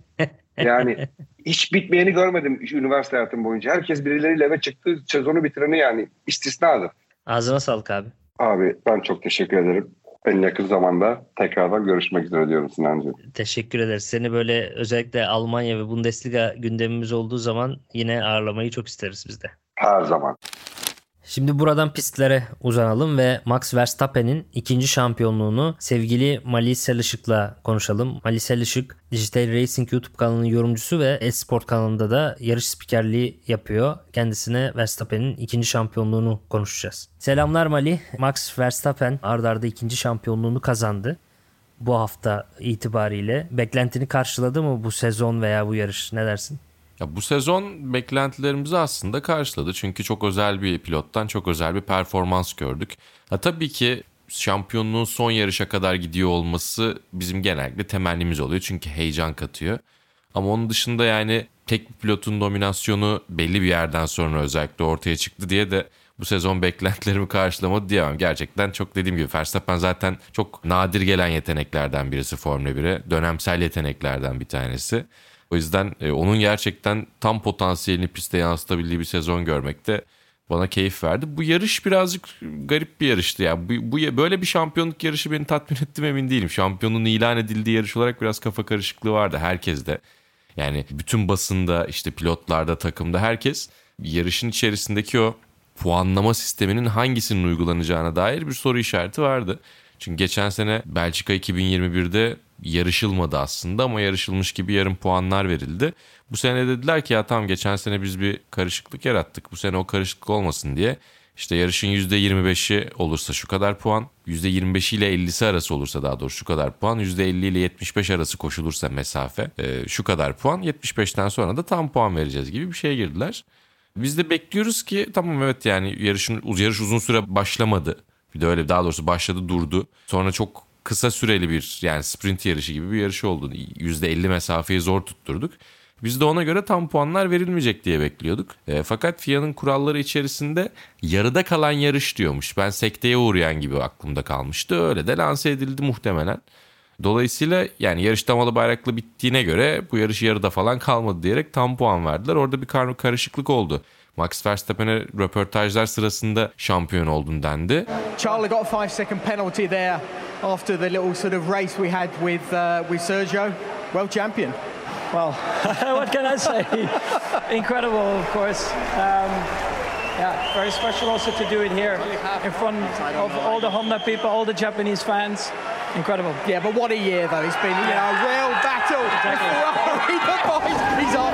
Yani hiç bitmeyeni görmedim üniversite hayatım boyunca. Herkes birileriyle eve çıktı sezonu bitireni yani istisnadır. Ağzına sağlık abi. Abi ben çok teşekkür ederim. En yakın zamanda tekrardan görüşmek üzere diyorum Sinancığım. Teşekkür ederiz. Seni böyle özellikle Almanya ve Bundesliga gündemimiz olduğu zaman yine ağırlamayı çok isteriz biz de. Her zaman. Şimdi buradan pistlere uzanalım ve Max Verstappen'in ikinci şampiyonluğunu sevgili Mali Selışık'la konuşalım. Mali Selışık, Digital Racing YouTube kanalının yorumcusu ve Esport kanalında da yarış spikerliği yapıyor. Kendisine Verstappen'in ikinci şampiyonluğunu konuşacağız. Selamlar Mali. Max Verstappen ard arda ikinci şampiyonluğunu kazandı. Bu hafta itibariyle beklentini karşıladı mı bu sezon veya bu yarış? Ne dersin? Ya bu sezon beklentilerimizi aslında karşıladı. Çünkü çok özel bir pilottan çok özel bir performans gördük. Ha, tabii ki şampiyonluğun son yarışa kadar gidiyor olması bizim genellikle temennimiz oluyor. Çünkü heyecan katıyor. Ama onun dışında yani tek bir pilotun dominasyonu belli bir yerden sonra özellikle ortaya çıktı diye de bu sezon beklentilerimi karşılamadı diyemem. Gerçekten çok dediğim gibi Verstappen zaten çok nadir gelen yeteneklerden birisi Formula bire. Dönemsel yeteneklerden bir tanesi. O yüzden e, onun gerçekten tam potansiyelini piste yansıtabildiği bir sezon görmek de bana keyif verdi. Bu yarış birazcık garip bir yarıştı. Yani bu, bu böyle bir şampiyonluk yarışı beni tatmin etti mi emin değilim. Şampiyonluğun ilan edildiği yarış olarak biraz kafa karışıklığı vardı herkeste. Yani bütün basında, işte pilotlarda, takımda herkes yarışın içerisindeki o puanlama sisteminin hangisinin uygulanacağına dair bir soru işareti vardı. Çünkü geçen sene Belçika iki bin yirmi birde yarışılmadı aslında ama yarışılmış gibi yarım puanlar verildi. Bu sene dediler ki ya tamam geçen sene biz bir karışıklık yarattık. Bu sene o karışıklık olmasın diye işte yarışın yüzde yirmi beşi olursa şu kadar puan, yüzde yirmi beşi ile ellisi arası olursa daha doğrusu şu kadar puan, yüzde elli ile yetmiş beş arası koşulursa mesafe şu kadar puan, yetmiş beşten sonra da tam puan vereceğiz gibi bir şeye girdiler. Biz de bekliyoruz ki tamam evet yani yarışın yarış uzun süre başlamadı. Bir de öyle daha doğrusu başladı durdu. Sonra çok kısa süreli bir yani sprint yarışı gibi bir yarış oldu. yüzde elli mesafeyi zor tutturduk. Biz de ona göre tam puanlar verilmeyecek diye bekliyorduk. E, fakat F I A'nın kuralları içerisinde yarıda kalan yarış diyormuş. Ben sekteye uğrayan gibi aklımda kalmıştı. Öyle de lanse edildi muhtemelen. Dolayısıyla yani yarış damalı bayraklı bittiğine göre bu yarış yarıda falan kalmadı diyerek tam puan verdiler. Orada bir kar- karışıklık oldu. Max Verstappen'e röportajlar sırasında şampiyon oldun dendi. Charlie got a five second penalty there after the little sort of race we had with uh, with Sergio. World champion. Well, what can I say? Incredible, of course. Um, yeah, very special also to do it here in front of all the Honda people, all the Japanese fans. Incredible. Yeah, but what a year though. It's been, you know, a real battle. Exactly. The boys, he's on.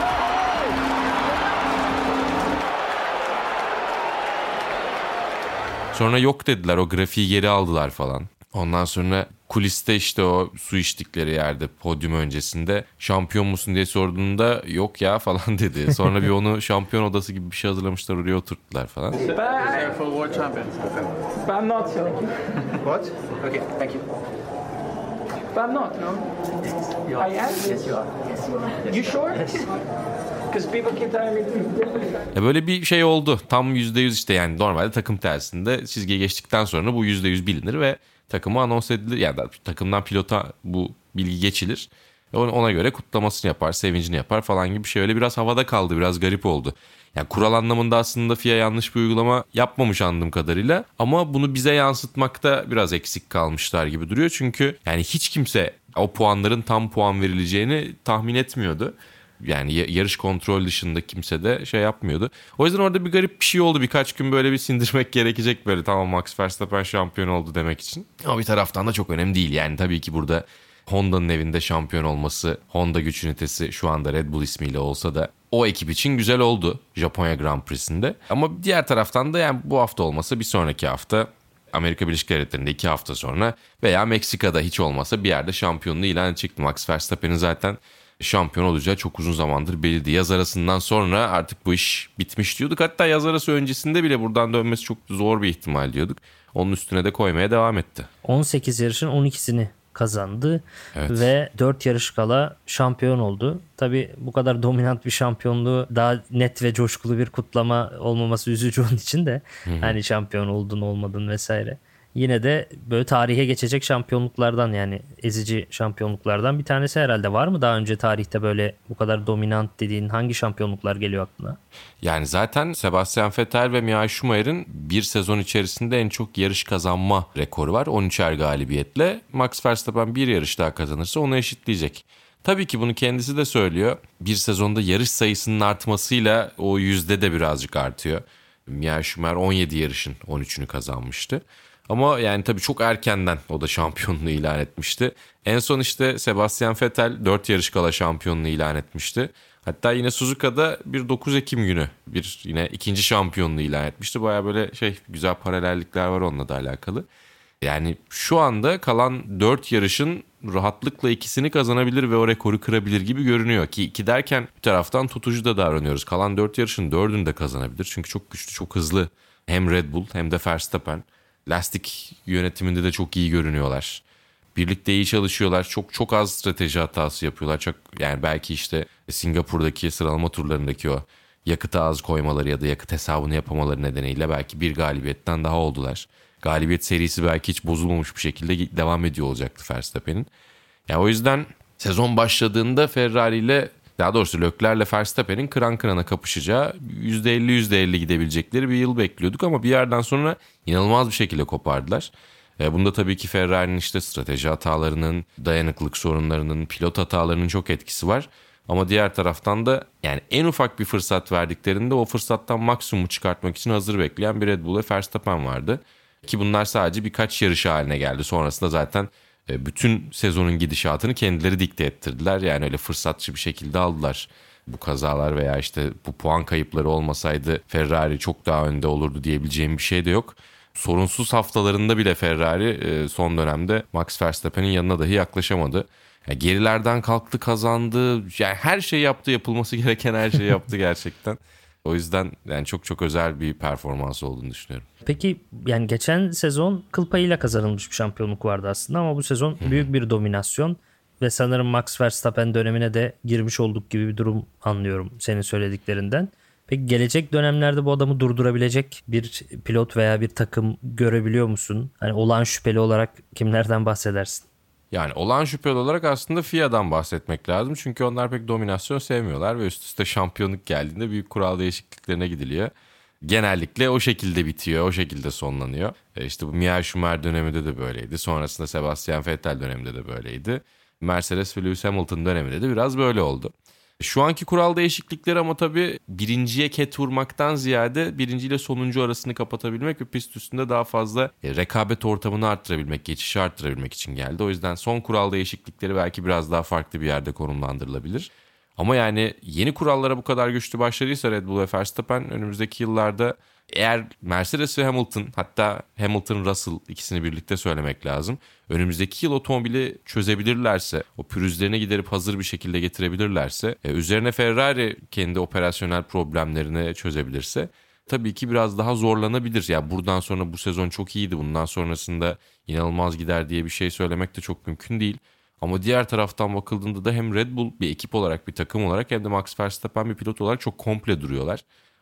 Sonra yok dediler, o grafiği geri aldılar falan. Ondan sonra kuliste işte o su içtikleri yerde podyum öncesinde şampiyon musun diye sorduğunda yok ya falan dedi. Sonra bir onu şampiyon odası gibi bir şey hazırlamışlar, oraya oturttular falan. But I'm not. What? Okay, thank you. But I'm not, no? I am? Yes, you are. You sure? Because people keep telling me. Böyle bir şey oldu. Tam yüzde yüz işte yani normalde takım tersinde çizgiye geçtikten sonra bu yüzde yüz bilinir ve takımı anons edilir. Yani takımdan pilota bu bilgi geçilir. Ona göre kutlamasını yapar, sevincini yapar falan gibi bir şey. Öyle biraz havada kaldı, biraz garip oldu. Yani kural anlamında aslında F I A yanlış bir uygulama yapmamış anladığım kadarıyla. Ama bunu bize yansıtmakta biraz eksik kalmışlar gibi duruyor. Çünkü yani hiç kimse o puanların tam puan verileceğini tahmin etmiyordu. Yani yarış kontrol dışında kimse de şey yapmıyordu. O yüzden orada bir garip bir şey oldu. Birkaç gün böyle bir sindirmek gerekecek böyle. Tamam, Max Verstappen şampiyon oldu demek için. Ama bir taraftan da çok önemli değil. Yani tabii ki burada Honda'nın evinde şampiyon olması, Honda güç ünitesi şu anda Red Bull ismiyle olsa da o ekip için güzel oldu Japonya Grand Prix'sinde. Ama diğer taraftan da yani bu hafta olmasa bir sonraki hafta, Amerika Birleşik Devletleri'nde iki hafta sonra veya Meksika'da hiç olmasa bir yerde şampiyonluğu ilan edecekti. Max Verstappen'in zaten şampiyon olacağı çok uzun zamandır belliydi. Yaz arasından sonra artık bu iş bitmiş diyorduk. Hatta yaz arası öncesinde bile buradan dönmesi çok zor bir ihtimal diyorduk. Onun üstüne de koymaya devam etti. on sekiz yarışın on ikisini kazandı, evet. Ve dört yarış kala şampiyon oldu. Tabii bu kadar dominant bir şampiyonluğu daha net ve coşkulu bir kutlama olmaması üzücü onun için de. Hı-hı. Hani şampiyon oldun olmadın vesaire. Yine de böyle tarihe geçecek şampiyonluklardan, yani ezici şampiyonluklardan bir tanesi herhalde. Var mı daha önce tarihte böyle bu kadar dominant dediğin hangi şampiyonluklar geliyor aklına? Yani zaten Sebastian Vettel ve Michael Schumacher'in bir sezon içerisinde en çok yarış kazanma rekoru var. on üçer galibiyetle. Max Verstappen bir yarış daha kazanırsa onu eşitleyecek. Tabii ki bunu kendisi de söylüyor. Bir sezonda yarış sayısının artmasıyla o yüzde de birazcık artıyor. Michael Schumacher on yedi yarışın on üçünü kazanmıştı. Ama yani tabii çok erkenden o da şampiyonluğu ilan etmişti. En son işte Sebastian Vettel dört yarış kala şampiyonluğu ilan etmişti. Hatta yine Suzuka'da bir dokuz Ekim günü bir yine ikinci şampiyonluğu ilan etmişti. Baya böyle şey güzel paralellikler var onunla da alakalı. Yani şu anda kalan dört yarışın rahatlıkla ikisini kazanabilir ve o rekoru kırabilir gibi görünüyor. Ki iki derken bir taraftan tutucu da davranıyoruz. Kalan dört yarışın dördünü de kazanabilir. Çünkü çok güçlü, çok hızlı hem Red Bull hem de Verstappen. Lastik yönetiminde de çok iyi görünüyorlar. Birlikte iyi çalışıyorlar. Çok çok az strateji hatası yapıyorlar. Çok yani belki işte Singapur'daki sıralama turlarındaki o yakıta az koymaları ya da yakıt hesabını yapamaları nedeniyle belki bir galibiyetten daha oldular. Galibiyet serisi belki hiç bozulmamış bir şekilde devam ediyor olacaktı Verstappen'in. Yani o yüzden sezon başladığında Ferrari ile, daha doğrusu Leclerc'le Verstappen'in kıran kırana kapışacağı yüzde elli yüzde elli gidebilecekleri bir yıl bekliyorduk ama bir yerden sonra inanılmaz bir şekilde kopardılar. E bunda tabii ki Ferrari'nin işte strateji hatalarının, dayanıklılık sorunlarının, pilot hatalarının çok etkisi var. Ama diğer taraftan da yani en ufak bir fırsat verdiklerinde o fırsattan maksimumu çıkartmak için hazır bekleyen bir Red Bull ve Verstappen vardı. Ki bunlar sadece birkaç yarış haline geldi. Sonrasında zaten bütün sezonun gidişatını kendileri dikte ettirdiler. Yani öyle fırsatçı bir şekilde aldılar bu kazalar veya işte bu puan kayıpları olmasaydı Ferrari çok daha önde olurdu diyebileceğim bir şey de yok. Sorunsuz haftalarında bile Ferrari son dönemde Max Verstappen'in yanına dahi yaklaşamadı. Yani gerilerden kalktı, kazandı. Yani her şey yaptı, yapılması gereken her şeyi yaptı gerçekten. O yüzden yani çok çok özel bir performans olduğunu düşünüyorum. Peki yani geçen sezon kıl payıyla kazanılmış bir şampiyonluk vardı aslında ama bu sezon Hı-hı. büyük bir dominasyon ve sanırım Max Verstappen dönemine de girmiş olduk gibi bir durum anlıyorum senin söylediklerinden. Peki gelecek dönemlerde bu adamı durdurabilecek bir pilot veya bir takım görebiliyor musun? Hani olağan şüpheli olarak kimlerden bahsedersin? Yani olağan şüpheli olarak aslında F I A'dan bahsetmek lazım. Çünkü onlar pek dominasyon sevmiyorlar ve üst üste şampiyonluk geldiğinde büyük kural değişikliklerine gidiliyor. Genellikle o şekilde bitiyor, o şekilde sonlanıyor. E işte bu Michael Schumacher döneminde de böyleydi. Sonrasında Sebastian Vettel döneminde de böyleydi. Mercedes ve Lewis Hamilton döneminde de biraz böyle oldu. Şu anki kural değişiklikleri ama tabii birinciye ket vurmaktan ziyade birinciyle sonuncu arasını kapatabilmek ve pist üstünde daha fazla rekabet ortamını arttırabilmek, geçişi arttırabilmek için geldi. O yüzden son kural değişiklikleri belki biraz daha farklı bir yerde konumlandırılabilir. Ama yani yeni kurallara bu kadar güçlü başladıysa Red Bull ve Verstappen önümüzdeki yıllarda eğer Mercedes ve Hamilton, hatta Hamilton-Russell ikisini birlikte söylemek lazım. Önümüzdeki yıl otomobili çözebilirlerse, o pürüzlerini giderip hazır bir şekilde getirebilirlerse, e, üzerine Ferrari kendi operasyonel problemlerini çözebilirse tabii ki biraz daha zorlanabilir. Yani buradan sonra bu sezon çok iyiydi, bundan sonrasında inanılmaz gider diye bir şey söylemek de çok mümkün değil. Ama diğer taraftan bakıldığında da hem Red Bull bir ekip olarak, bir takım olarak hem de Max Verstappen bir pilot olarak çok komple duruyorlar.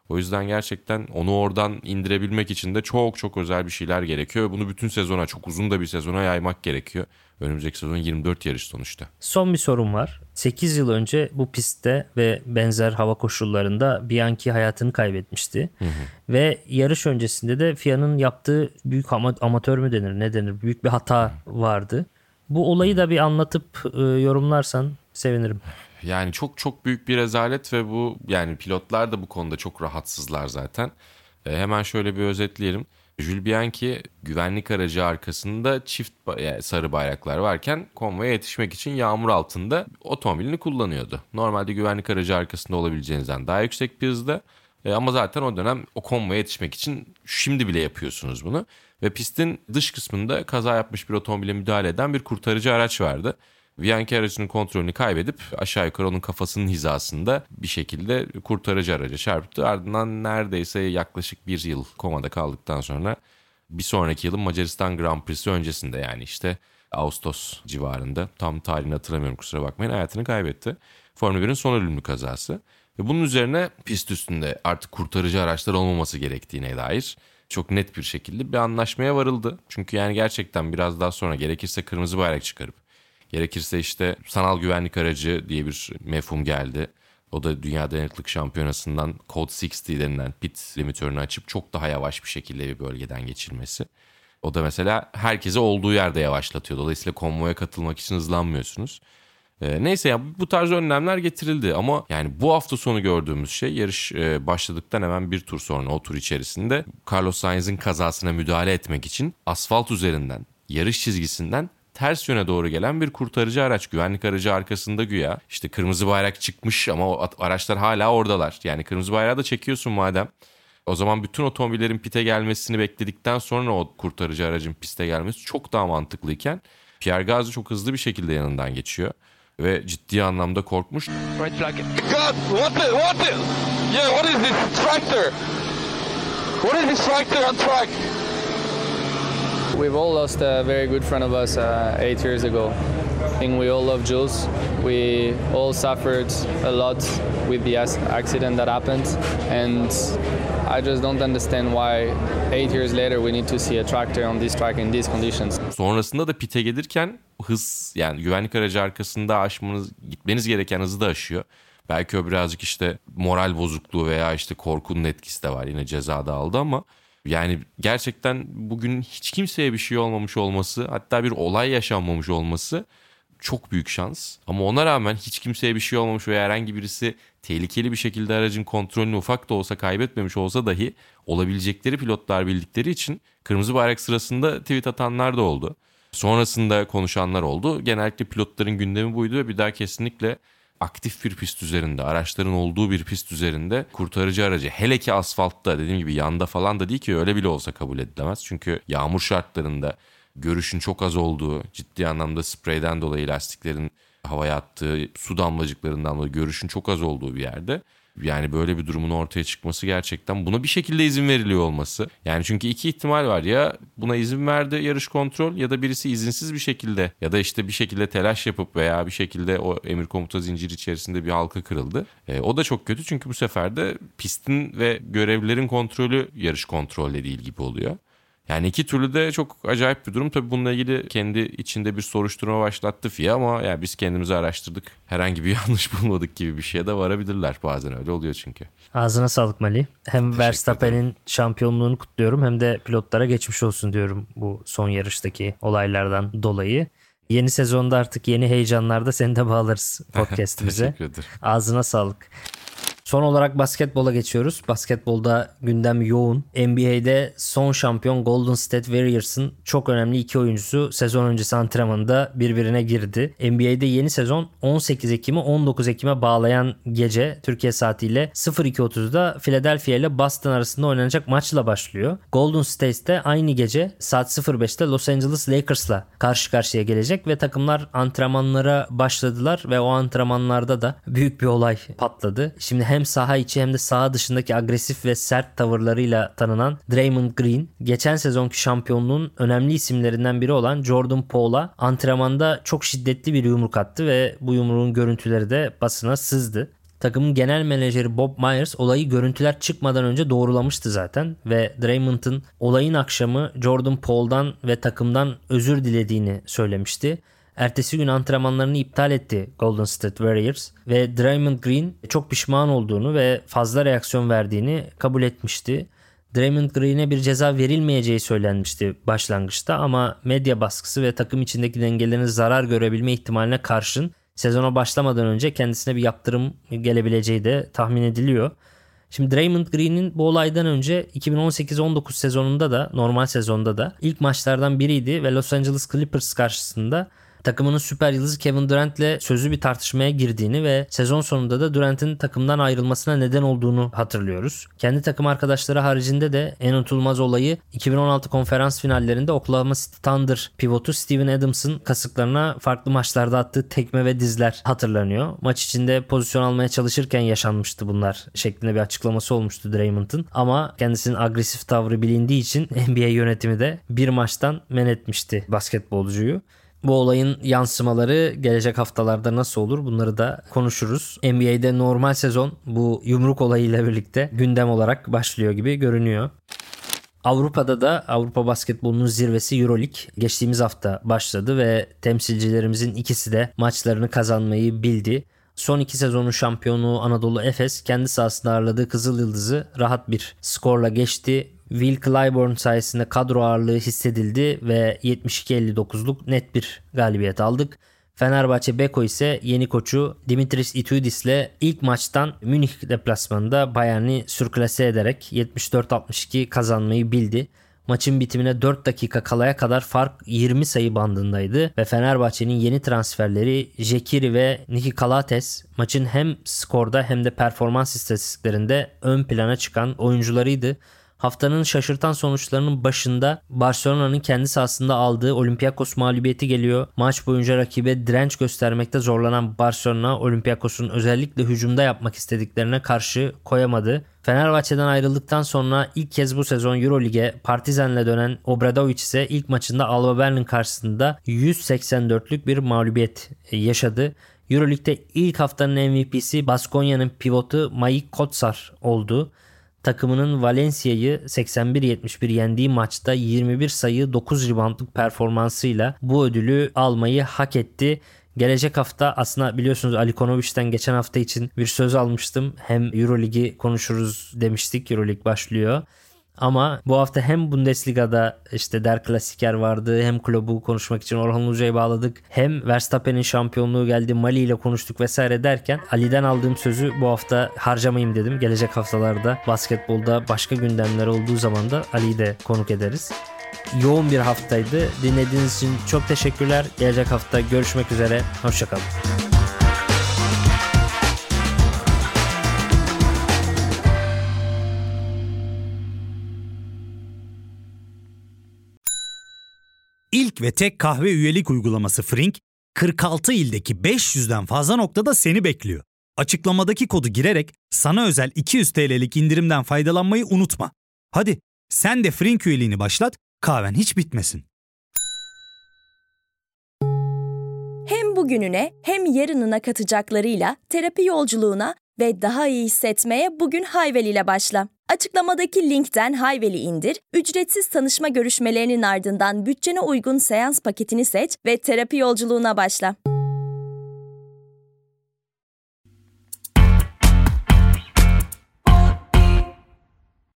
O yüzden gerçekten onu oradan indirebilmek için de çok çok özel bir şeyler gerekiyor. Ve bunu bütün sezona, çok uzun da bir sezona yaymak gerekiyor. Önümüzdeki sezon yirmi dört yarış sonuçta. Son bir sorum var. sekiz yıl önce bu pistte ve benzer hava koşullarında Bianchi hayatını kaybetmişti. Hı hı. Ve yarış öncesinde de F I A'nın yaptığı büyük ama, amatör mü denir ne denir büyük bir hata vardı. Bu olayı da bir anlatıp e, yorumlarsan sevinirim. Yani çok çok büyük bir rezalet ve bu, yani pilotlar da bu konuda çok rahatsızlar zaten. E, hemen şöyle bir özetleyelim. Jules Bianchi güvenlik aracı arkasında çift yani sarı bayraklar varken konvoya yetişmek için yağmur altında otomobilini kullanıyordu. Normalde güvenlik aracı arkasında olabileceğinizden daha yüksek bir hızda. E, ama zaten o dönem o konvoya yetişmek için şimdi bile yapıyorsunuz bunu. Ve pistin dış kısmında kaza yapmış bir otomobile müdahale eden bir kurtarıcı araç vardı. Bianchi aracının kontrolünü kaybedip aşağı yukarı onun kafasının hizasında bir şekilde kurtarıcı araca çarptı. Ardından neredeyse yaklaşık bir yıl komada kaldıktan sonra bir sonraki yılın Macaristan Grand Prix'si öncesinde, yani işte Ağustos civarında, tam tarihini hatırlamıyorum kusura bakmayın, hayatını kaybetti. Formula birin son ölümlü kazası. Ve bunun üzerine pist üstünde artık kurtarıcı araçlar olmaması gerektiğine dair çok net bir şekilde bir anlaşmaya varıldı. Çünkü yani gerçekten biraz daha sonra gerekirse kırmızı bayrak çıkarıp gerekirse işte sanal güvenlik aracı diye bir mefhum geldi. O da Dünya Dayanıklılık Şampiyonası'ndan Code altmış denilen pit limitörünü açıp çok daha yavaş bir şekilde bir bölgeden geçirmesi. O da mesela herkese olduğu yerde yavaşlatıyor. Dolayısıyla konvoya katılmak için hızlanmıyorsunuz. Ee, neyse ya, bu tarz önlemler getirildi ama yani bu hafta sonu gördüğümüz şey, yarış e, başladıktan hemen bir tur sonra o tur içerisinde Carlos Sainz'in kazasına müdahale etmek için asfalt üzerinden, yarış çizgisinden ters yöne doğru gelen bir kurtarıcı araç, güvenlik aracı arkasında güya. İşte kırmızı bayrak çıkmış ama o araçlar hala oradalar. Yani kırmızı bayrağı da çekiyorsun madem. O zaman bütün otomobillerin pite gelmesini bekledikten sonra o kurtarıcı aracın piste gelmesi çok daha mantıklıyken Pierre Gasly çok hızlı bir şekilde yanından geçiyor ve ciddi anlamda korkmuş. Right flag. God, what the, what the? Yeah, what is this tractor? What is this tractor on track? We've all lost a very good friend of us uh, eight years ago. I think we all love Jules. We all suffered a lot with the accident that happened, and I just don't understand why eight years later we need to see a tractor on this track in these conditions. Sonrasında da pite gelirken hız, yani güvenlik aracı arkasında aşmanız, gitmeniz gereken hızı da aşıyor. Belki o birazcık işte moral bozukluğu veya işte korkunun etkisi de var. Yine ceza da aldı ama yani gerçekten bugün hiç kimseye bir şey olmamış olması, hatta bir olay yaşanmamış olması çok büyük şans. Ama ona rağmen hiç kimseye bir şey olmamış veya herhangi birisi tehlikeli bir şekilde aracın kontrolünü ufak da olsa kaybetmemiş olsa dahi olabilecekleri pilotlar bildikleri için kırmızı bayrak sırasında tweet atanlar da oldu. Sonrasında konuşanlar oldu. Genellikle pilotların gündemi buydu ve bir daha kesinlikle aktif bir pist üzerinde, araçların olduğu bir pist üzerinde kurtarıcı aracı, hele ki asfaltta, dediğim gibi yanda falan da değil ki, öyle bile olsa kabul edilemez. Çünkü yağmur şartlarında görüşün çok az olduğu, ciddi anlamda spreyden dolayı lastiklerin havaya attığı su damlacıklarından dolayı görüşün çok az olduğu bir yerde, yani böyle bir durumun ortaya çıkması, gerçekten buna bir şekilde izin veriliyor olması. Yani çünkü iki ihtimal var: ya buna izin verdi yarış kontrol, ya da birisi izinsiz bir şekilde ya da işte bir şekilde telaş yapıp veya bir şekilde o emir komuta zinciri içerisinde bir halka kırıldı. E, o da çok kötü çünkü bu sefer de pistin ve görevlilerin kontrolü yarış kontrolle değil gibi oluyor. Yani iki türlü de çok acayip bir durum. Tabii bununla ilgili kendi içinde bir soruşturma başlattı F I A ama yani biz kendimizi araştırdık. Herhangi bir yanlış bulmadık gibi bir şeye de varabilirler. Bazen öyle oluyor çünkü. Ağzına sağlık Mali. Hem Verstappen'in şampiyonluğunu kutluyorum hem de pilotlara geçmiş olsun diyorum bu son yarıştaki olaylardan dolayı. Yeni sezonda artık yeni heyecanlarda seni de bağlarız podcast'imize. Teşekkür ederim. Ağzına sağlık. Son olarak basketbola geçiyoruz. Basketbolda gündem yoğun. N B A'de son şampiyon Golden State Warriors'ın çok önemli iki oyuncusu sezon öncesi antrenmanında birbirine girdi. N B A'de yeni sezon on sekiz Ekim'i on dokuz Ekim'e bağlayan gece Türkiye saatiyle sıfır iki otuzda Philadelphia ile Boston arasında oynanacak maçla başlıyor. Golden State'de aynı gece saat sıfır beşte Los Angeles Lakers'la karşı karşıya gelecek ve takımlar antrenmanlara başladılar ve o antrenmanlarda da büyük bir olay patladı. Şimdi hem saha içi hem de saha dışındaki agresif ve sert tavırlarıyla tanınan Draymond Green, geçen sezonki şampiyonluğun önemli isimlerinden biri olan Jordan Poole'a antrenmanda çok şiddetli bir yumruk attı ve bu yumruğun görüntüleri de basına sızdı. Takımın genel menajeri Bob Myers olayı görüntüler çıkmadan önce doğrulamıştı zaten ve Draymond'ın olayın akşamı Jordan Pool'dan ve takımdan özür dilediğini söylemişti. Ertesi gün antrenmanlarını iptal etti Golden State Warriors ve Draymond Green çok pişman olduğunu ve fazla reaksiyon verdiğini kabul etmişti. Draymond Green'e bir ceza verilmeyeceği söylenmişti başlangıçta ama medya baskısı ve takım içindeki dengelerin zarar görebilme ihtimaline karşın sezona başlamadan önce kendisine bir yaptırım gelebileceği de tahmin ediliyor. Şimdi Draymond Green'in bu olaydan önce iki bin on sekiz on dokuz sezonunda da normal sezonda da ilk maçlardan biriydi ve Los Angeles Clippers karşısında takımının süper yıldızı Kevin Durant'le sözlü bir tartışmaya girdiğini ve sezon sonunda da Durant'in takımdan ayrılmasına neden olduğunu hatırlıyoruz. Kendi takım arkadaşları haricinde de en unutulmaz olayı iki bin on altı konferans finallerinde Oklahoma City Thunder pivotu Steven Adams'ın kasıklarına farklı maçlarda attığı tekme ve dizler hatırlanıyor. Maç içinde pozisyon almaya çalışırken yaşanmıştı bunlar şeklinde bir açıklaması olmuştu Draymond'ın ama kendisinin agresif tavrı bilindiği için N B A yönetimi de bir maçtan men etmişti basketbolcuyu. Bu olayın yansımaları gelecek haftalarda nasıl olur bunları da konuşuruz. N B A'de normal sezon bu yumruk olayıyla birlikte gündem olarak başlıyor gibi görünüyor. Avrupa'da da Avrupa basketbolunun zirvesi Euroleague geçtiğimiz hafta başladı ve temsilcilerimizin ikisi de maçlarını kazanmayı bildi. Son iki sezonun şampiyonu Anadolu Efes kendi sahasında ağırladığı Kızılyıldız'ı rahat bir skorla geçti. Will Clyburn sayesinde kadro ağırlığı hissedildi ve yetmiş iki elli dokuzluk net bir galibiyet aldık. Fenerbahçe Beko ise yeni koçu Dimitris Itoudis'le ilk maçtan Münih deplasmanında Bayern'i sürklase ederek yetmiş dört altmış iki kazanmayı bildi. Maçın bitimine dört dakika kalaya kadar fark yirmi sayı bandındaydı ve Fenerbahçe'nin yeni transferleri Jekiri ve Niki Kalates maçın hem skorda hem de performans istatistiklerinde ön plana çıkan oyuncularıydı. Haftanın şaşırtan sonuçlarının başında Barcelona'nın kendi sahasında aldığı Olympiakos mağlubiyeti geliyor. Maç boyunca rakibe direnç göstermekte zorlanan Barcelona, Olympiakos'un özellikle hücumda yapmak istediklerine karşı koyamadı. Fenerbahçe'den ayrıldıktan sonra ilk kez bu sezon Euroleague'e Partizan'la dönen Obradović ise ilk maçında Alba Berlin karşısında yüz seksen dörtlük bir mağlubiyet yaşadı. Euroleague'de ilk haftanın M V P'si Baskonya'nın pivotu Maik Kotsar oldu. Takımının Valencia'yı seksen bir yetmiş bir yendiği maçta yirmi bir sayı dokuz reboundluk performansıyla bu ödülü almayı hak etti. Gelecek hafta aslında biliyorsunuz Ali Konovic'ten geçen hafta için bir söz almıştım. Hem Euroligi konuşuruz demiştik. Euroleague başlıyor. Ama bu hafta hem Bundesliga'da işte Der Klassiker vardı, hem kulübü konuşmak için Orhan Uluca'yı bağladık, hem Verstappen'in şampiyonluğu geldi, Mali ile konuştuk vesaire derken Ali'den aldığım sözü bu hafta harcamayayım dedim. Gelecek haftalarda basketbolda başka gündemler olduğu zaman da Ali'yi de konuk ederiz. Yoğun bir haftaydı. Dinlediğiniz için çok teşekkürler. Gelecek hafta görüşmek üzere. Hoşçakalın. İlk ve tek kahve üyelik uygulaması Frink, kırk altı ildeki beş yüzden fazla noktada seni bekliyor. Açıklamadaki kodu girerek sana özel iki yüz TL'lik indirimden faydalanmayı unutma. Hadi sen de Frink üyeliğini başlat, kahven hiç bitmesin. Hem bugününe hem yarınına katacaklarıyla terapi yolculuğuna ve daha iyi hissetmeye bugün Hayvel ile başla. Açıklamadaki linkten Hayvel'i indir, ücretsiz tanışma görüşmelerinin ardından bütçene uygun seans paketini seç ve terapi yolculuğuna başla.